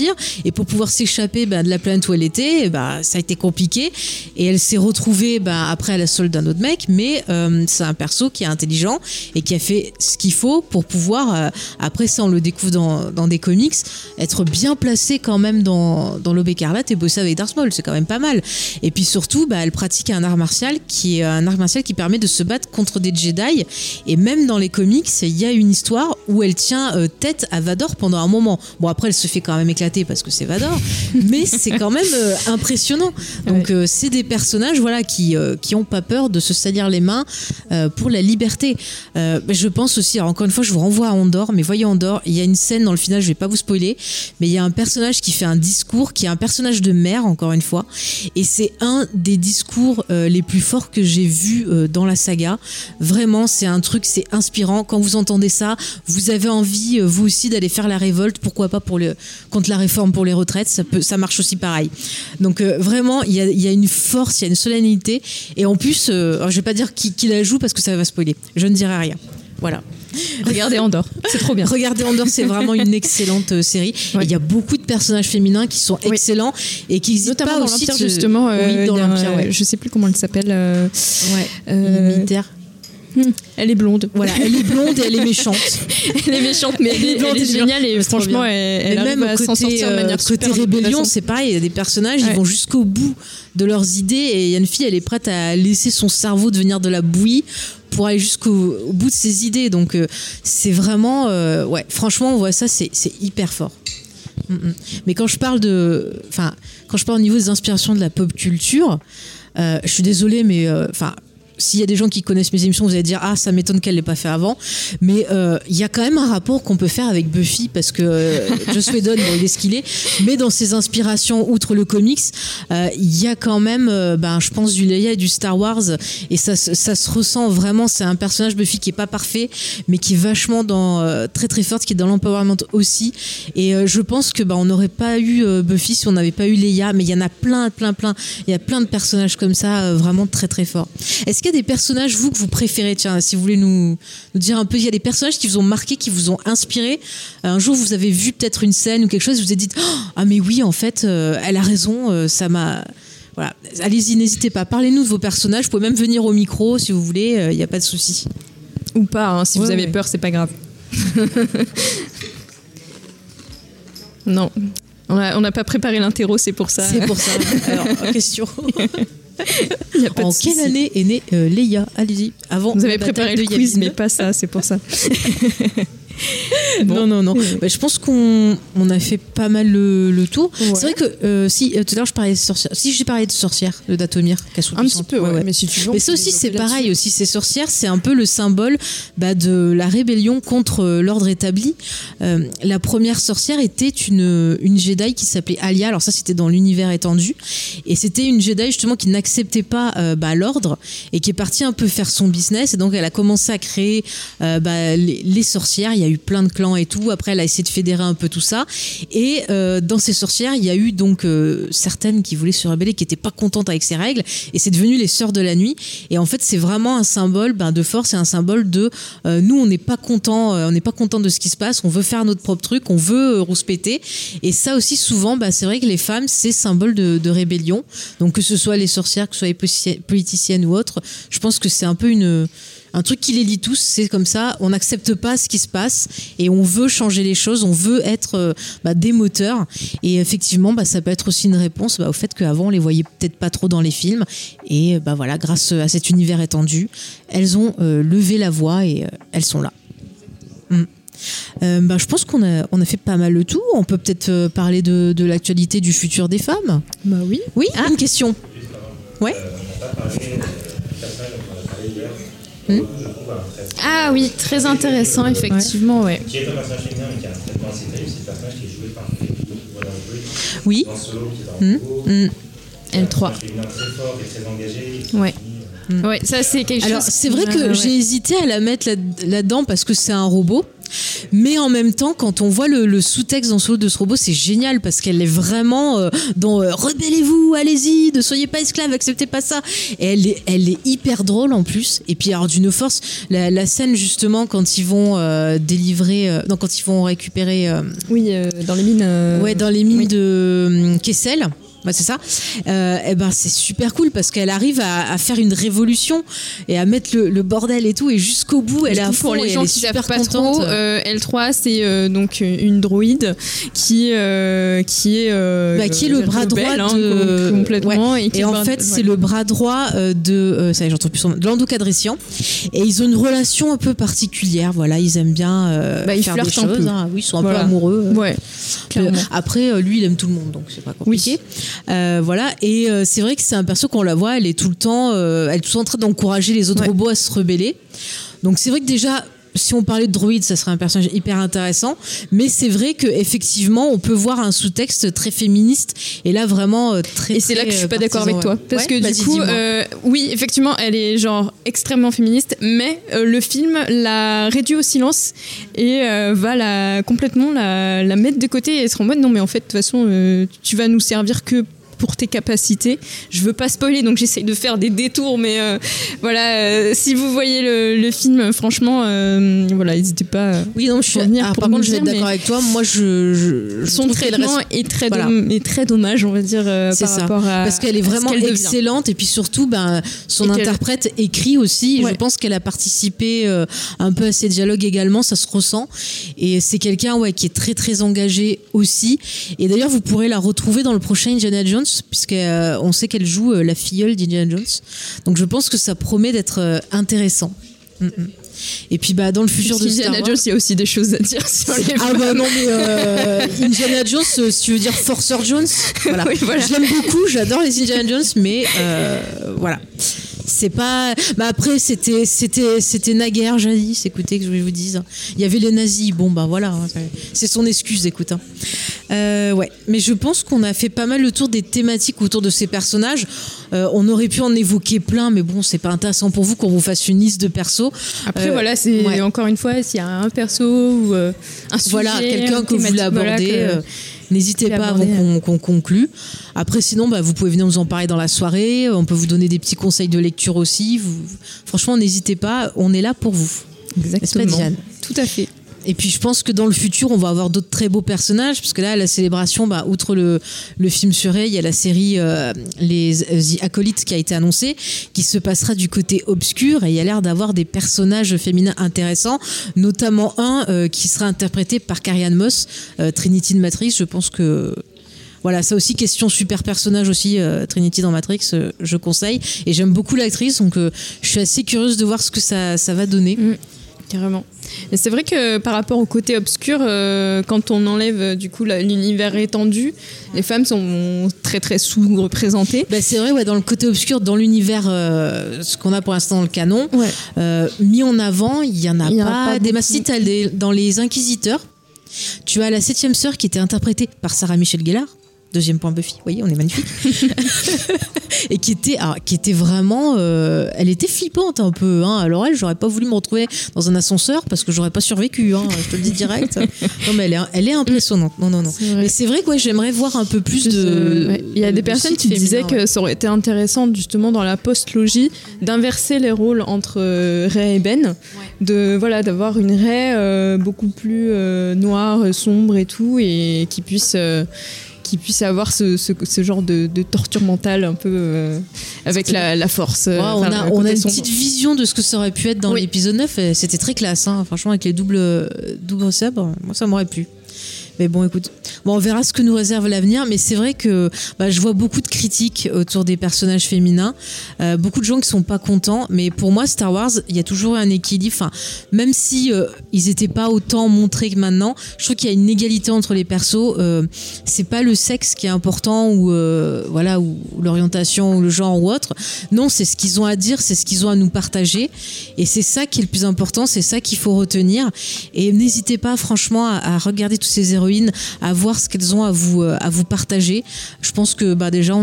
partir. Et pour pouvoir s'échapper bah, de la planète où elle était, bah, ça a été compliqué. Et elle s'est retrouvée bah, après à la solde d'un autre mec. Mais euh, c'est un perso qui est intelligent et qui a fait ce qu'il faut pour pouvoir, euh, après ça on le découvre dans, dans des comics, être bien placé quand même dans, dans l'Aube écarlate et bosser avec Darth Maul. C'est quand même pas mal. Et puis surtout, bah, elle pratique un art martial qui est un art martial qui permet de se battre contre des Jedi. Et même dans les comics, il y a une histoire où elle tient euh, tête à Vador pendant un moment. Bon, après, elle se fait quand même éclater parce que c'est Vador, mais c'est quand même euh, impressionnant. Donc, ouais. euh, c'est des personnages, voilà, qui euh, qui ont pas peur de se salir les mains euh, pour la liberté. Euh, je pense aussi, alors encore une fois, je vous renvoie à Andor, mais voyez Andor, il y a une scène dans le final, je vais pas vous spoiler, mais il y a un personnage qui fait un discours, qui est un personnage de mère, encore une fois, et c'est un des discours euh, les plus forts que j'ai vus euh, dans la saga. Vraiment, c'est un truc, c'est inspirant. Quand vous entendez ça, vous avez envie, euh, vous aussi, d'aller faire la révolte. Pourquoi pas pour le, contre la réforme pour les retraites, ça, peut, ça marche aussi pareil. Donc euh, vraiment, il y a, y a une force, il y a une solennité. Et en plus, euh, alors, je vais pas dire qui, qui la joue parce que ça va spoiler. Je ne dirai rien. Voilà. Regardez Andor, c'est trop bien. Regardez Andor, c'est vraiment une excellente euh, série. Il y a beaucoup de personnages féminins qui sont excellents oui. et qui n'hésitent pas dans aussi l'Empire, de... justement. Euh, oui, dans l'Empire, ouais. Je sais plus comment elle s'appelle. Euh, ouais. Euh, militaire. Elle est blonde. Voilà, elle est blonde et elle est méchante. Elle est méchante, mais elle est, elle est géniale et franchement, elle, elle arrive même à s'en sortir de manière côté super rébellion, c'est pareil. Il y a des personnages, ouais. ils vont jusqu'au bout de leurs idées et il y a une fille, elle est prête à laisser son cerveau devenir de la bouillie pour aller jusqu'au au bout de ses idées. Donc euh, c'est vraiment, euh, ouais, franchement, on voit ça, c'est, c'est hyper fort. Mm-mm. Mais quand je parle de, enfin, quand je parle au niveau des inspirations de la pop culture, euh, je suis désolée, mais enfin. Euh, S'il y a des gens qui connaissent mes émissions, vous allez dire « Ah, ça m'étonne qu'elle ne l'ait pas fait avant ». Mais il euh, y a quand même un rapport qu'on peut faire avec Buffy parce que euh, Joss Whedon, bon, il est ce qu'il est. Mais dans ses inspirations, outre le comics, il euh, y a quand même, euh, ben, je pense, du Leia et du Star Wars. Et ça, ça se ressent vraiment. C'est un personnage Buffy qui n'est pas parfait, mais qui est vachement dans, euh, très très forte, qui est dans l'empowerment aussi. Et euh, je pense que ben, on n'aurait pas eu euh, Buffy si on n'avait pas eu Leia. Mais il y en a plein, plein, plein. Il y a plein de personnages comme ça, euh, vraiment très très forts. Est-ce qu'il y a des personnages, vous, que vous préférez? Tiens, si vous voulez nous, nous dire un peu, il y a des personnages qui vous ont marqué, qui vous ont inspiré. Un jour, vous avez vu peut-être une scène ou quelque chose, vous vous êtes dit oh, ah mais oui, en fait, euh, elle a raison, euh, ça m'a... Voilà. Allez-y, n'hésitez pas. Parlez-nous de vos personnages. Vous pouvez même venir au micro si vous voulez, il euh, n'y a pas de souci. Ou pas, hein, si ouais, vous avez ouais. peur, c'est pas grave. Non. On n'a pas préparé l'interro, c'est pour ça. C'est pour ça. Alors, question. En quelle souci. année est née euh, Leia? Allez-y. Avant. Vous avez préparé le quiz, mais pas ça, c'est pour ça. Bon. Non, non, non. Bah, je pense qu'on on a fait pas mal le, le tour. Ouais. C'est vrai que euh, si euh, tout à l'heure je parlais de sorcières, si j'ai parlé de sorcières, de Dathomir, un petit peu, ouais, ouais. mais si tu veux. Mais ça aussi c'est pareil aussi. Ces sorcières, c'est un peu le symbole bah, de la rébellion contre euh, l'ordre établi. Euh, la première sorcière était une une Jedi qui s'appelait Alia. Alors ça c'était dans l'univers étendu, et c'était une Jedi justement qui n'acceptait pas euh, bah, l'ordre et qui est partie un peu faire son business. Et donc elle a commencé à créer euh, bah, les, les sorcières. Il y a eu plein de clans et tout. Après, elle a essayé de fédérer un peu tout ça. Et euh, dans ces sorcières, il y a eu donc euh, certaines qui voulaient se rebeller, qui n'étaient pas contentes avec ces règles. Et c'est devenu les Sœurs de la Nuit. Et en fait, c'est vraiment un symbole ben, de force et un symbole de euh, nous, on n'est pas content, euh, on n'est pas content de ce qui se passe. On veut faire notre propre truc, on veut euh, rouspéter. Et ça aussi, souvent, ben, c'est vrai que les femmes, c'est symbole de, de rébellion. Donc que ce soit les sorcières, que ce soit les politiciennes ou autres, je pense que c'est un peu une un truc qui les lie tous, c'est comme ça, on n'accepte pas ce qui se passe et on veut changer les choses, on veut être euh, bah, des moteurs. Et effectivement, bah, ça peut être aussi une réponse bah, au fait qu'avant, on les voyait peut-être pas trop dans les films. Et bah, voilà, grâce à cet univers étendu, elles ont euh, levé la voix et euh, elles sont là. Mm. Euh, bah, je pense qu'on a, on a fait pas mal le tout. On peut peut-être euh, parler de, de l'actualité du futur des femmes. Bah oui. Oui, ah. Une question. Ouais. Mmh. Ah oui, très intéressant, effectivement, ouais. Qui est un personnage féminin mais qui a un traitement assez terrible, c'est le personnage qui est joué par oui. dans Solo, qui est dans mmh. Mmh. L trois. Un personnage féminin très fort et très engagé. Et ouais. Mmh. Ouais, ça c'est quelque Alors, chose. c'est vrai que euh, j'ai ouais. hésité à la mettre là, là-dedans parce que c'est un robot. Mais en même temps, quand on voit le, le sous-texte dans Solo de ce robot, c'est génial parce qu'elle est vraiment euh, dans euh, rebellez-vous, allez-y, ne soyez pas esclaves, acceptez pas ça. Et elle est, elle est hyper drôle en plus. Et puis alors d'une force, la, la scène justement quand ils vont euh, délivrer, euh, non quand ils vont récupérer, euh, oui, euh, dans les mines. Euh... ouais, dans les mines oui. de euh, Kessel. Bah c'est ça. Euh, et ben c'est super cool parce qu'elle arrive à, à faire une révolution et à mettre le, le bordel et tout et jusqu'au bout elle est à fond pour les et gens elle est qui super savent pas contente. trop, euh, L trois c'est euh, donc une droïde qui euh, qui est euh, bah, qui est le bras droit rebelle, de hein, complètement ouais. et, qui et en bras... fait ouais. c'est le bras droit euh, de euh, ça y est, j'entends plus son nom, de Lando Calrissian et ils ont une relation un peu particulière. Voilà, ils aiment bien euh, bah, ils faire des flirtent choses. Un peu. Hein. Oui, ils sont un voilà. peu amoureux. Euh. Ouais. Euh, après, euh, lui, il aime tout le monde, donc c'est pas compliqué. Oui. Euh, voilà. Et euh, c'est vrai que c'est un perso qu'on la voit, elle est tout le temps, euh, elle est tout le temps en train d'encourager les autres ouais. robots à se rebeller. Donc c'est vrai que déjà, si on parlait de droïde, ça serait un personnage hyper intéressant. Mais c'est vrai qu'effectivement, on peut voir un sous-texte très féministe. Et là, vraiment euh, très. Et c'est très, là que je suis pas d'accord partisan, avec toi. Ouais. Parce ouais, que du coup, euh, oui, effectivement, elle est genre extrêmement féministe. Mais euh, le film la réduit au silence et euh, va la, complètement la, la mettre de côté et être en mode non, mais en fait, de toute façon, euh, tu vas nous servir que pour tes capacités. Je veux pas spoiler, donc j'essaye de faire des détours, mais euh, voilà, euh, si vous voyez le, le film, franchement, euh, voilà, n'hésitez pas. Euh, oui, non, je suis. Alors, par contre, je vais être d'accord avec toi. Moi, je. je, je son traitement reste... est très voilà. dom- est très dommage, on va dire, euh, par ça. rapport à. Parce qu'elle est vraiment excellente et puis surtout, ben, son et interprète écrit aussi. Ouais. Je pense qu'elle a participé euh, un peu à ces dialogues également, ça se ressent. Et c'est quelqu'un, ouais, qui est très très engagé aussi. Et d'ailleurs, vous pourrez la retrouver dans le prochain Indiana Jones, puisqu'on euh, sait qu'elle joue euh, la filleule d'Indiana Jones. Donc je pense que ça promet d'être euh, intéressant. Mm-mm. Et puis bah dans le futur de Star Wars, Indiana Jones, il y a aussi des choses à dire sur les ah bah non mais euh, Indiana Jones, euh, si tu veux dire Forcer Jones, voilà. Oui, voilà. Je l'aime beaucoup, j'adore les Indiana Jones, mais euh, voilà. C'est pas. Bah après, c'était, c'était, c'était naguère, jadis. Écoutez, que je vous dise. Il y avait les nazis. Bon, bah voilà. C'est son excuse, écoute. Euh, ouais. Mais je pense qu'on a fait pas mal le tour des thématiques autour de ces personnages. Euh, on aurait pu en évoquer plein, mais bon, c'est pas intéressant pour vous qu'on vous fasse une liste de persos. Après, euh, voilà, c'est ouais. encore une fois, s'il y a un perso ou euh, un sujet. Voilà, quelqu'un que vous voulez aborder. Voilà, que... euh, N'hésitez pas avant qu'on, qu'on conclue. Après, sinon, bah, vous pouvez venir nous en parler dans la soirée. On peut vous donner des petits conseils de lecture aussi. Vous... Franchement, n'hésitez pas. On est là pour vous. Exactement. N'est-ce pas, Diane ? Tout à fait. Et puis je pense que dans le futur, on va avoir d'autres très beaux personnages, parce que là, la célébration, bah, outre le, le film sur Rey, il y a la série euh, les The Acolytes qui a été annoncée, qui se passera du côté obscur, et il y a l'air d'avoir des personnages féminins intéressants, notamment un euh, qui sera interprété par Carrie-Anne Moss, euh, Trinity de Matrix. Je pense que voilà, ça aussi, question super personnage aussi, euh, Trinity dans Matrix, euh, je conseille, et j'aime beaucoup l'actrice, donc euh, je suis assez curieuse de voir ce que ça, ça va donner. Mmh. Carrément. Et c'est vrai que par rapport au côté obscur, euh, quand on enlève du coup la, l'univers étendu, les femmes sont très très sous-représentées. Bah c'est vrai, ouais, dans le côté obscur, dans l'univers, euh, ce qu'on a pour l'instant dans le canon, ouais. euh, mis en avant, il y en a, il y en pas, a pas des masses. Dans les Inquisiteurs, tu as la septième sœur qui était interprétée par Sarah Michelle Gellar. Deuxième point Buffy, vous voyez, on est magnifique. Et qui était, alors, qui était vraiment, euh, elle était flippante un peu. Hein. Alors elle, j'aurais pas voulu me retrouver dans un ascenseur parce que j'aurais pas survécu. Hein, je te le dis direct. Non mais elle est, elle est impressionnante. Non non non. C'est mais c'est vrai que ouais, j'aimerais voir un peu plus, plus de. Ouais. Il y a des personnes qui disaient que ça aurait été intéressant justement dans la post-logie d'inverser les rôles entre Rey et Ben, ouais. de voilà d'avoir une Rey euh, beaucoup plus euh, noire, sombre et tout, et qui puisse euh, qui puisse avoir ce, ce, ce genre de, de torture mentale un peu euh, avec la, la force. Ouais, on a, on a une sombre. Petite vision de ce que ça aurait pu être dans oui. l'épisode neuf. C'était très classe, hein. Franchement, avec les doubles, doubles sabres, moi ça m'aurait plu. Mais bon, écoute, bon, on verra ce que nous réserve l'avenir. Mais c'est vrai que bah, je vois beaucoup de critiques autour des personnages féminins. Euh, beaucoup de gens qui sont pas contents. Mais pour moi, Star Wars, il y a toujours un équilibre. Enfin, même si euh, ils étaient pas autant montrés que maintenant, je trouve qu'il y a une égalité entre les persos. Euh, c'est pas le sexe qui est important ou euh, voilà ou, ou l'orientation ou le genre ou autre. Non, c'est ce qu'ils ont à dire, c'est ce qu'ils ont à nous partager. Et c'est ça qui est le plus important. C'est ça qu'il faut retenir. Et n'hésitez pas, franchement, à, à regarder tous ces héroïnes, à voir ce qu'elles ont à vous, à vous partager. Je pense que bah, déjà, on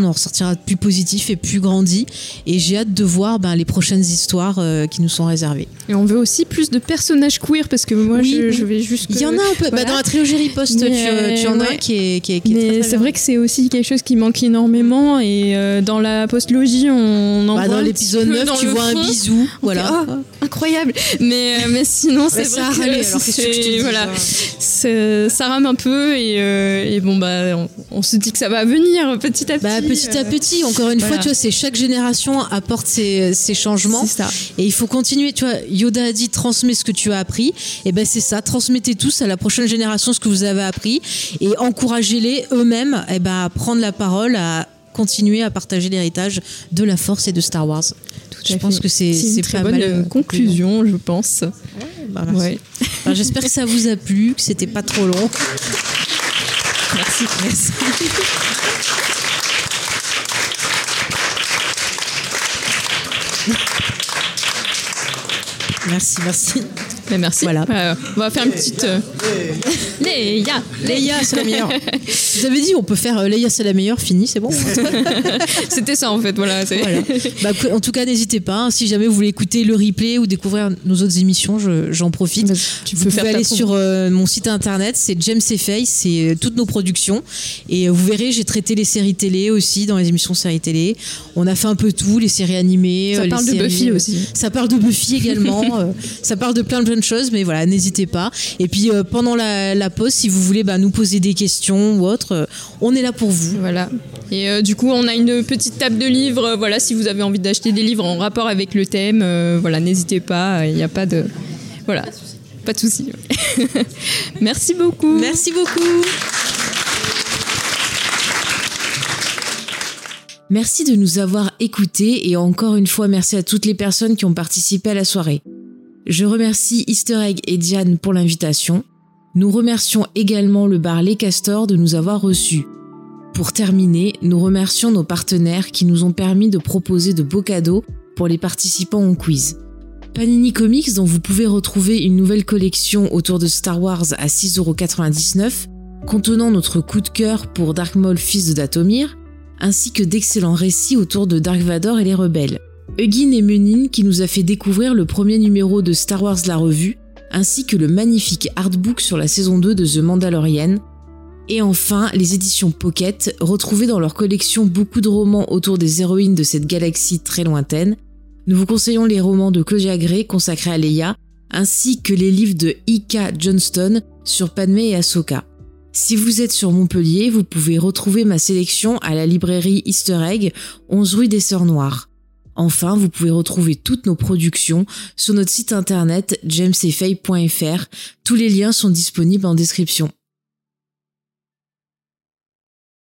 en ressortira plus positif et plus grandi. Et j'ai hâte de voir ben, les prochaines histoires euh, qui nous sont réservées. Et on veut aussi plus de personnages queer parce que moi Oui, je, je vais juste. Il y en a un peu. Voilà. Bah, dans la trilogie Riposte, Mais, tu, euh, tu en as ouais. un qui est, qui est, qui est Mais très, très c'est bien. vrai que c'est aussi quelque chose qui manque énormément et euh, dans la postlogie on en Bah, voit dans un l'épisode petit peu neuf, dans tu le vois un fond. bisou. Voilà. Oh, incroyable. Mais euh, mais sinon c'est Ouais, vrai ça a que râlé, alors qu'est-ce que je te c'est- dis, voilà, ça c'est- ça rame un peu et, euh, et bon bah on, on se dit que ça va venir petit à petit. Bah, petit à euh, petit, encore une voilà. fois, tu vois, c'est chaque génération apporte ses, ses changements. C'est ça. Et il faut continuer. Tu vois, Yoda a dit transmets ce que tu as appris. Et ben c'est ça. Transmettez tous à la prochaine génération ce que vous avez appris et encouragez-les eux-mêmes et ben à prendre la parole, à continuer à partager l'héritage de la Force et de Star Wars. Tout Je à pense fait. que c'est C'est une c'est très pas bonne mal, euh, euh, conclusion, je pense. Bah, merci. Ouais. Enfin, j'espère que ça vous a plu, que c'était pas trop long. Merci. Merci. Merci, merci. Mais merci. Voilà. Euh, on va faire une petite. Euh... Léa. Leia, c'est la meilleure. Vous avez dit, on peut faire euh, Leia, c'est la meilleure, fini, c'est bon. C'était ça en fait. Voilà. c'est- Voilà. Bah, en tout cas, n'hésitez pas. hein, si jamais vous voulez écouter le replay ou découvrir nos autres émissions, je- j'en profite. Vas-y, tu vous peux pouvez faire ta aller promo. sur euh, mon site internet, c'est James Effay, c'est euh, toutes nos productions. Et euh, vous verrez, j'ai traité les séries télé aussi dans les émissions séries télé. On a fait un peu tout, les séries animées. Ça euh, les parle de séries- Buffy aussi. Ça parle de Buffy également. euh, ça parle de plein de jeunes choses, mais voilà, n'hésitez pas. Et puis euh, pendant la, la pause, si vous voulez bah, nous poser des questions ou autre, euh, on est là pour vous. Voilà. Et euh, du coup, on a une petite table de livres. euh, Voilà, si vous avez envie d'acheter des livres en rapport avec le thème, euh, voilà, n'hésitez pas. Il n'y a pas de, voilà, pas de souci. Merci beaucoup. Merci beaucoup. Merci de nous avoir écoutés et encore une fois merci à toutes les personnes qui ont participé à la soirée. Je remercie Easter Egg et Diane pour l'invitation. Nous remercions également le bar Les Castors de nous avoir reçus. Pour terminer, nous remercions nos partenaires qui nous ont permis de proposer de beaux cadeaux pour les participants au quiz. Panini Comics, dont vous pouvez retrouver une nouvelle collection autour de Star Wars à six euros quatre-vingt-dix-neuf, contenant notre coup de cœur pour Dark Maul, fils de Dathomir, ainsi que d'excellents récits autour de Dark Vador et les rebelles. Huggin et Menin qui nous a fait découvrir le premier numéro de Star Wars la revue, ainsi que le magnifique artbook sur la saison deux de The Mandalorian. Et enfin, les éditions Pocket, retrouvées dans leur collection beaucoup de romans autour des héroïnes de cette galaxie très lointaine. Nous vous conseillons les romans de Claudia Gray consacrés à Leia, ainsi que les livres de I K Johnston sur Padmé et Ahsoka. Si vous êtes sur Montpellier, vous pouvez retrouver ma sélection à la librairie Easter Egg, onze rue des Sœurs Noires. Enfin, vous pouvez retrouver toutes nos productions sur notre site internet james effay point f r. Tous les liens sont disponibles en description.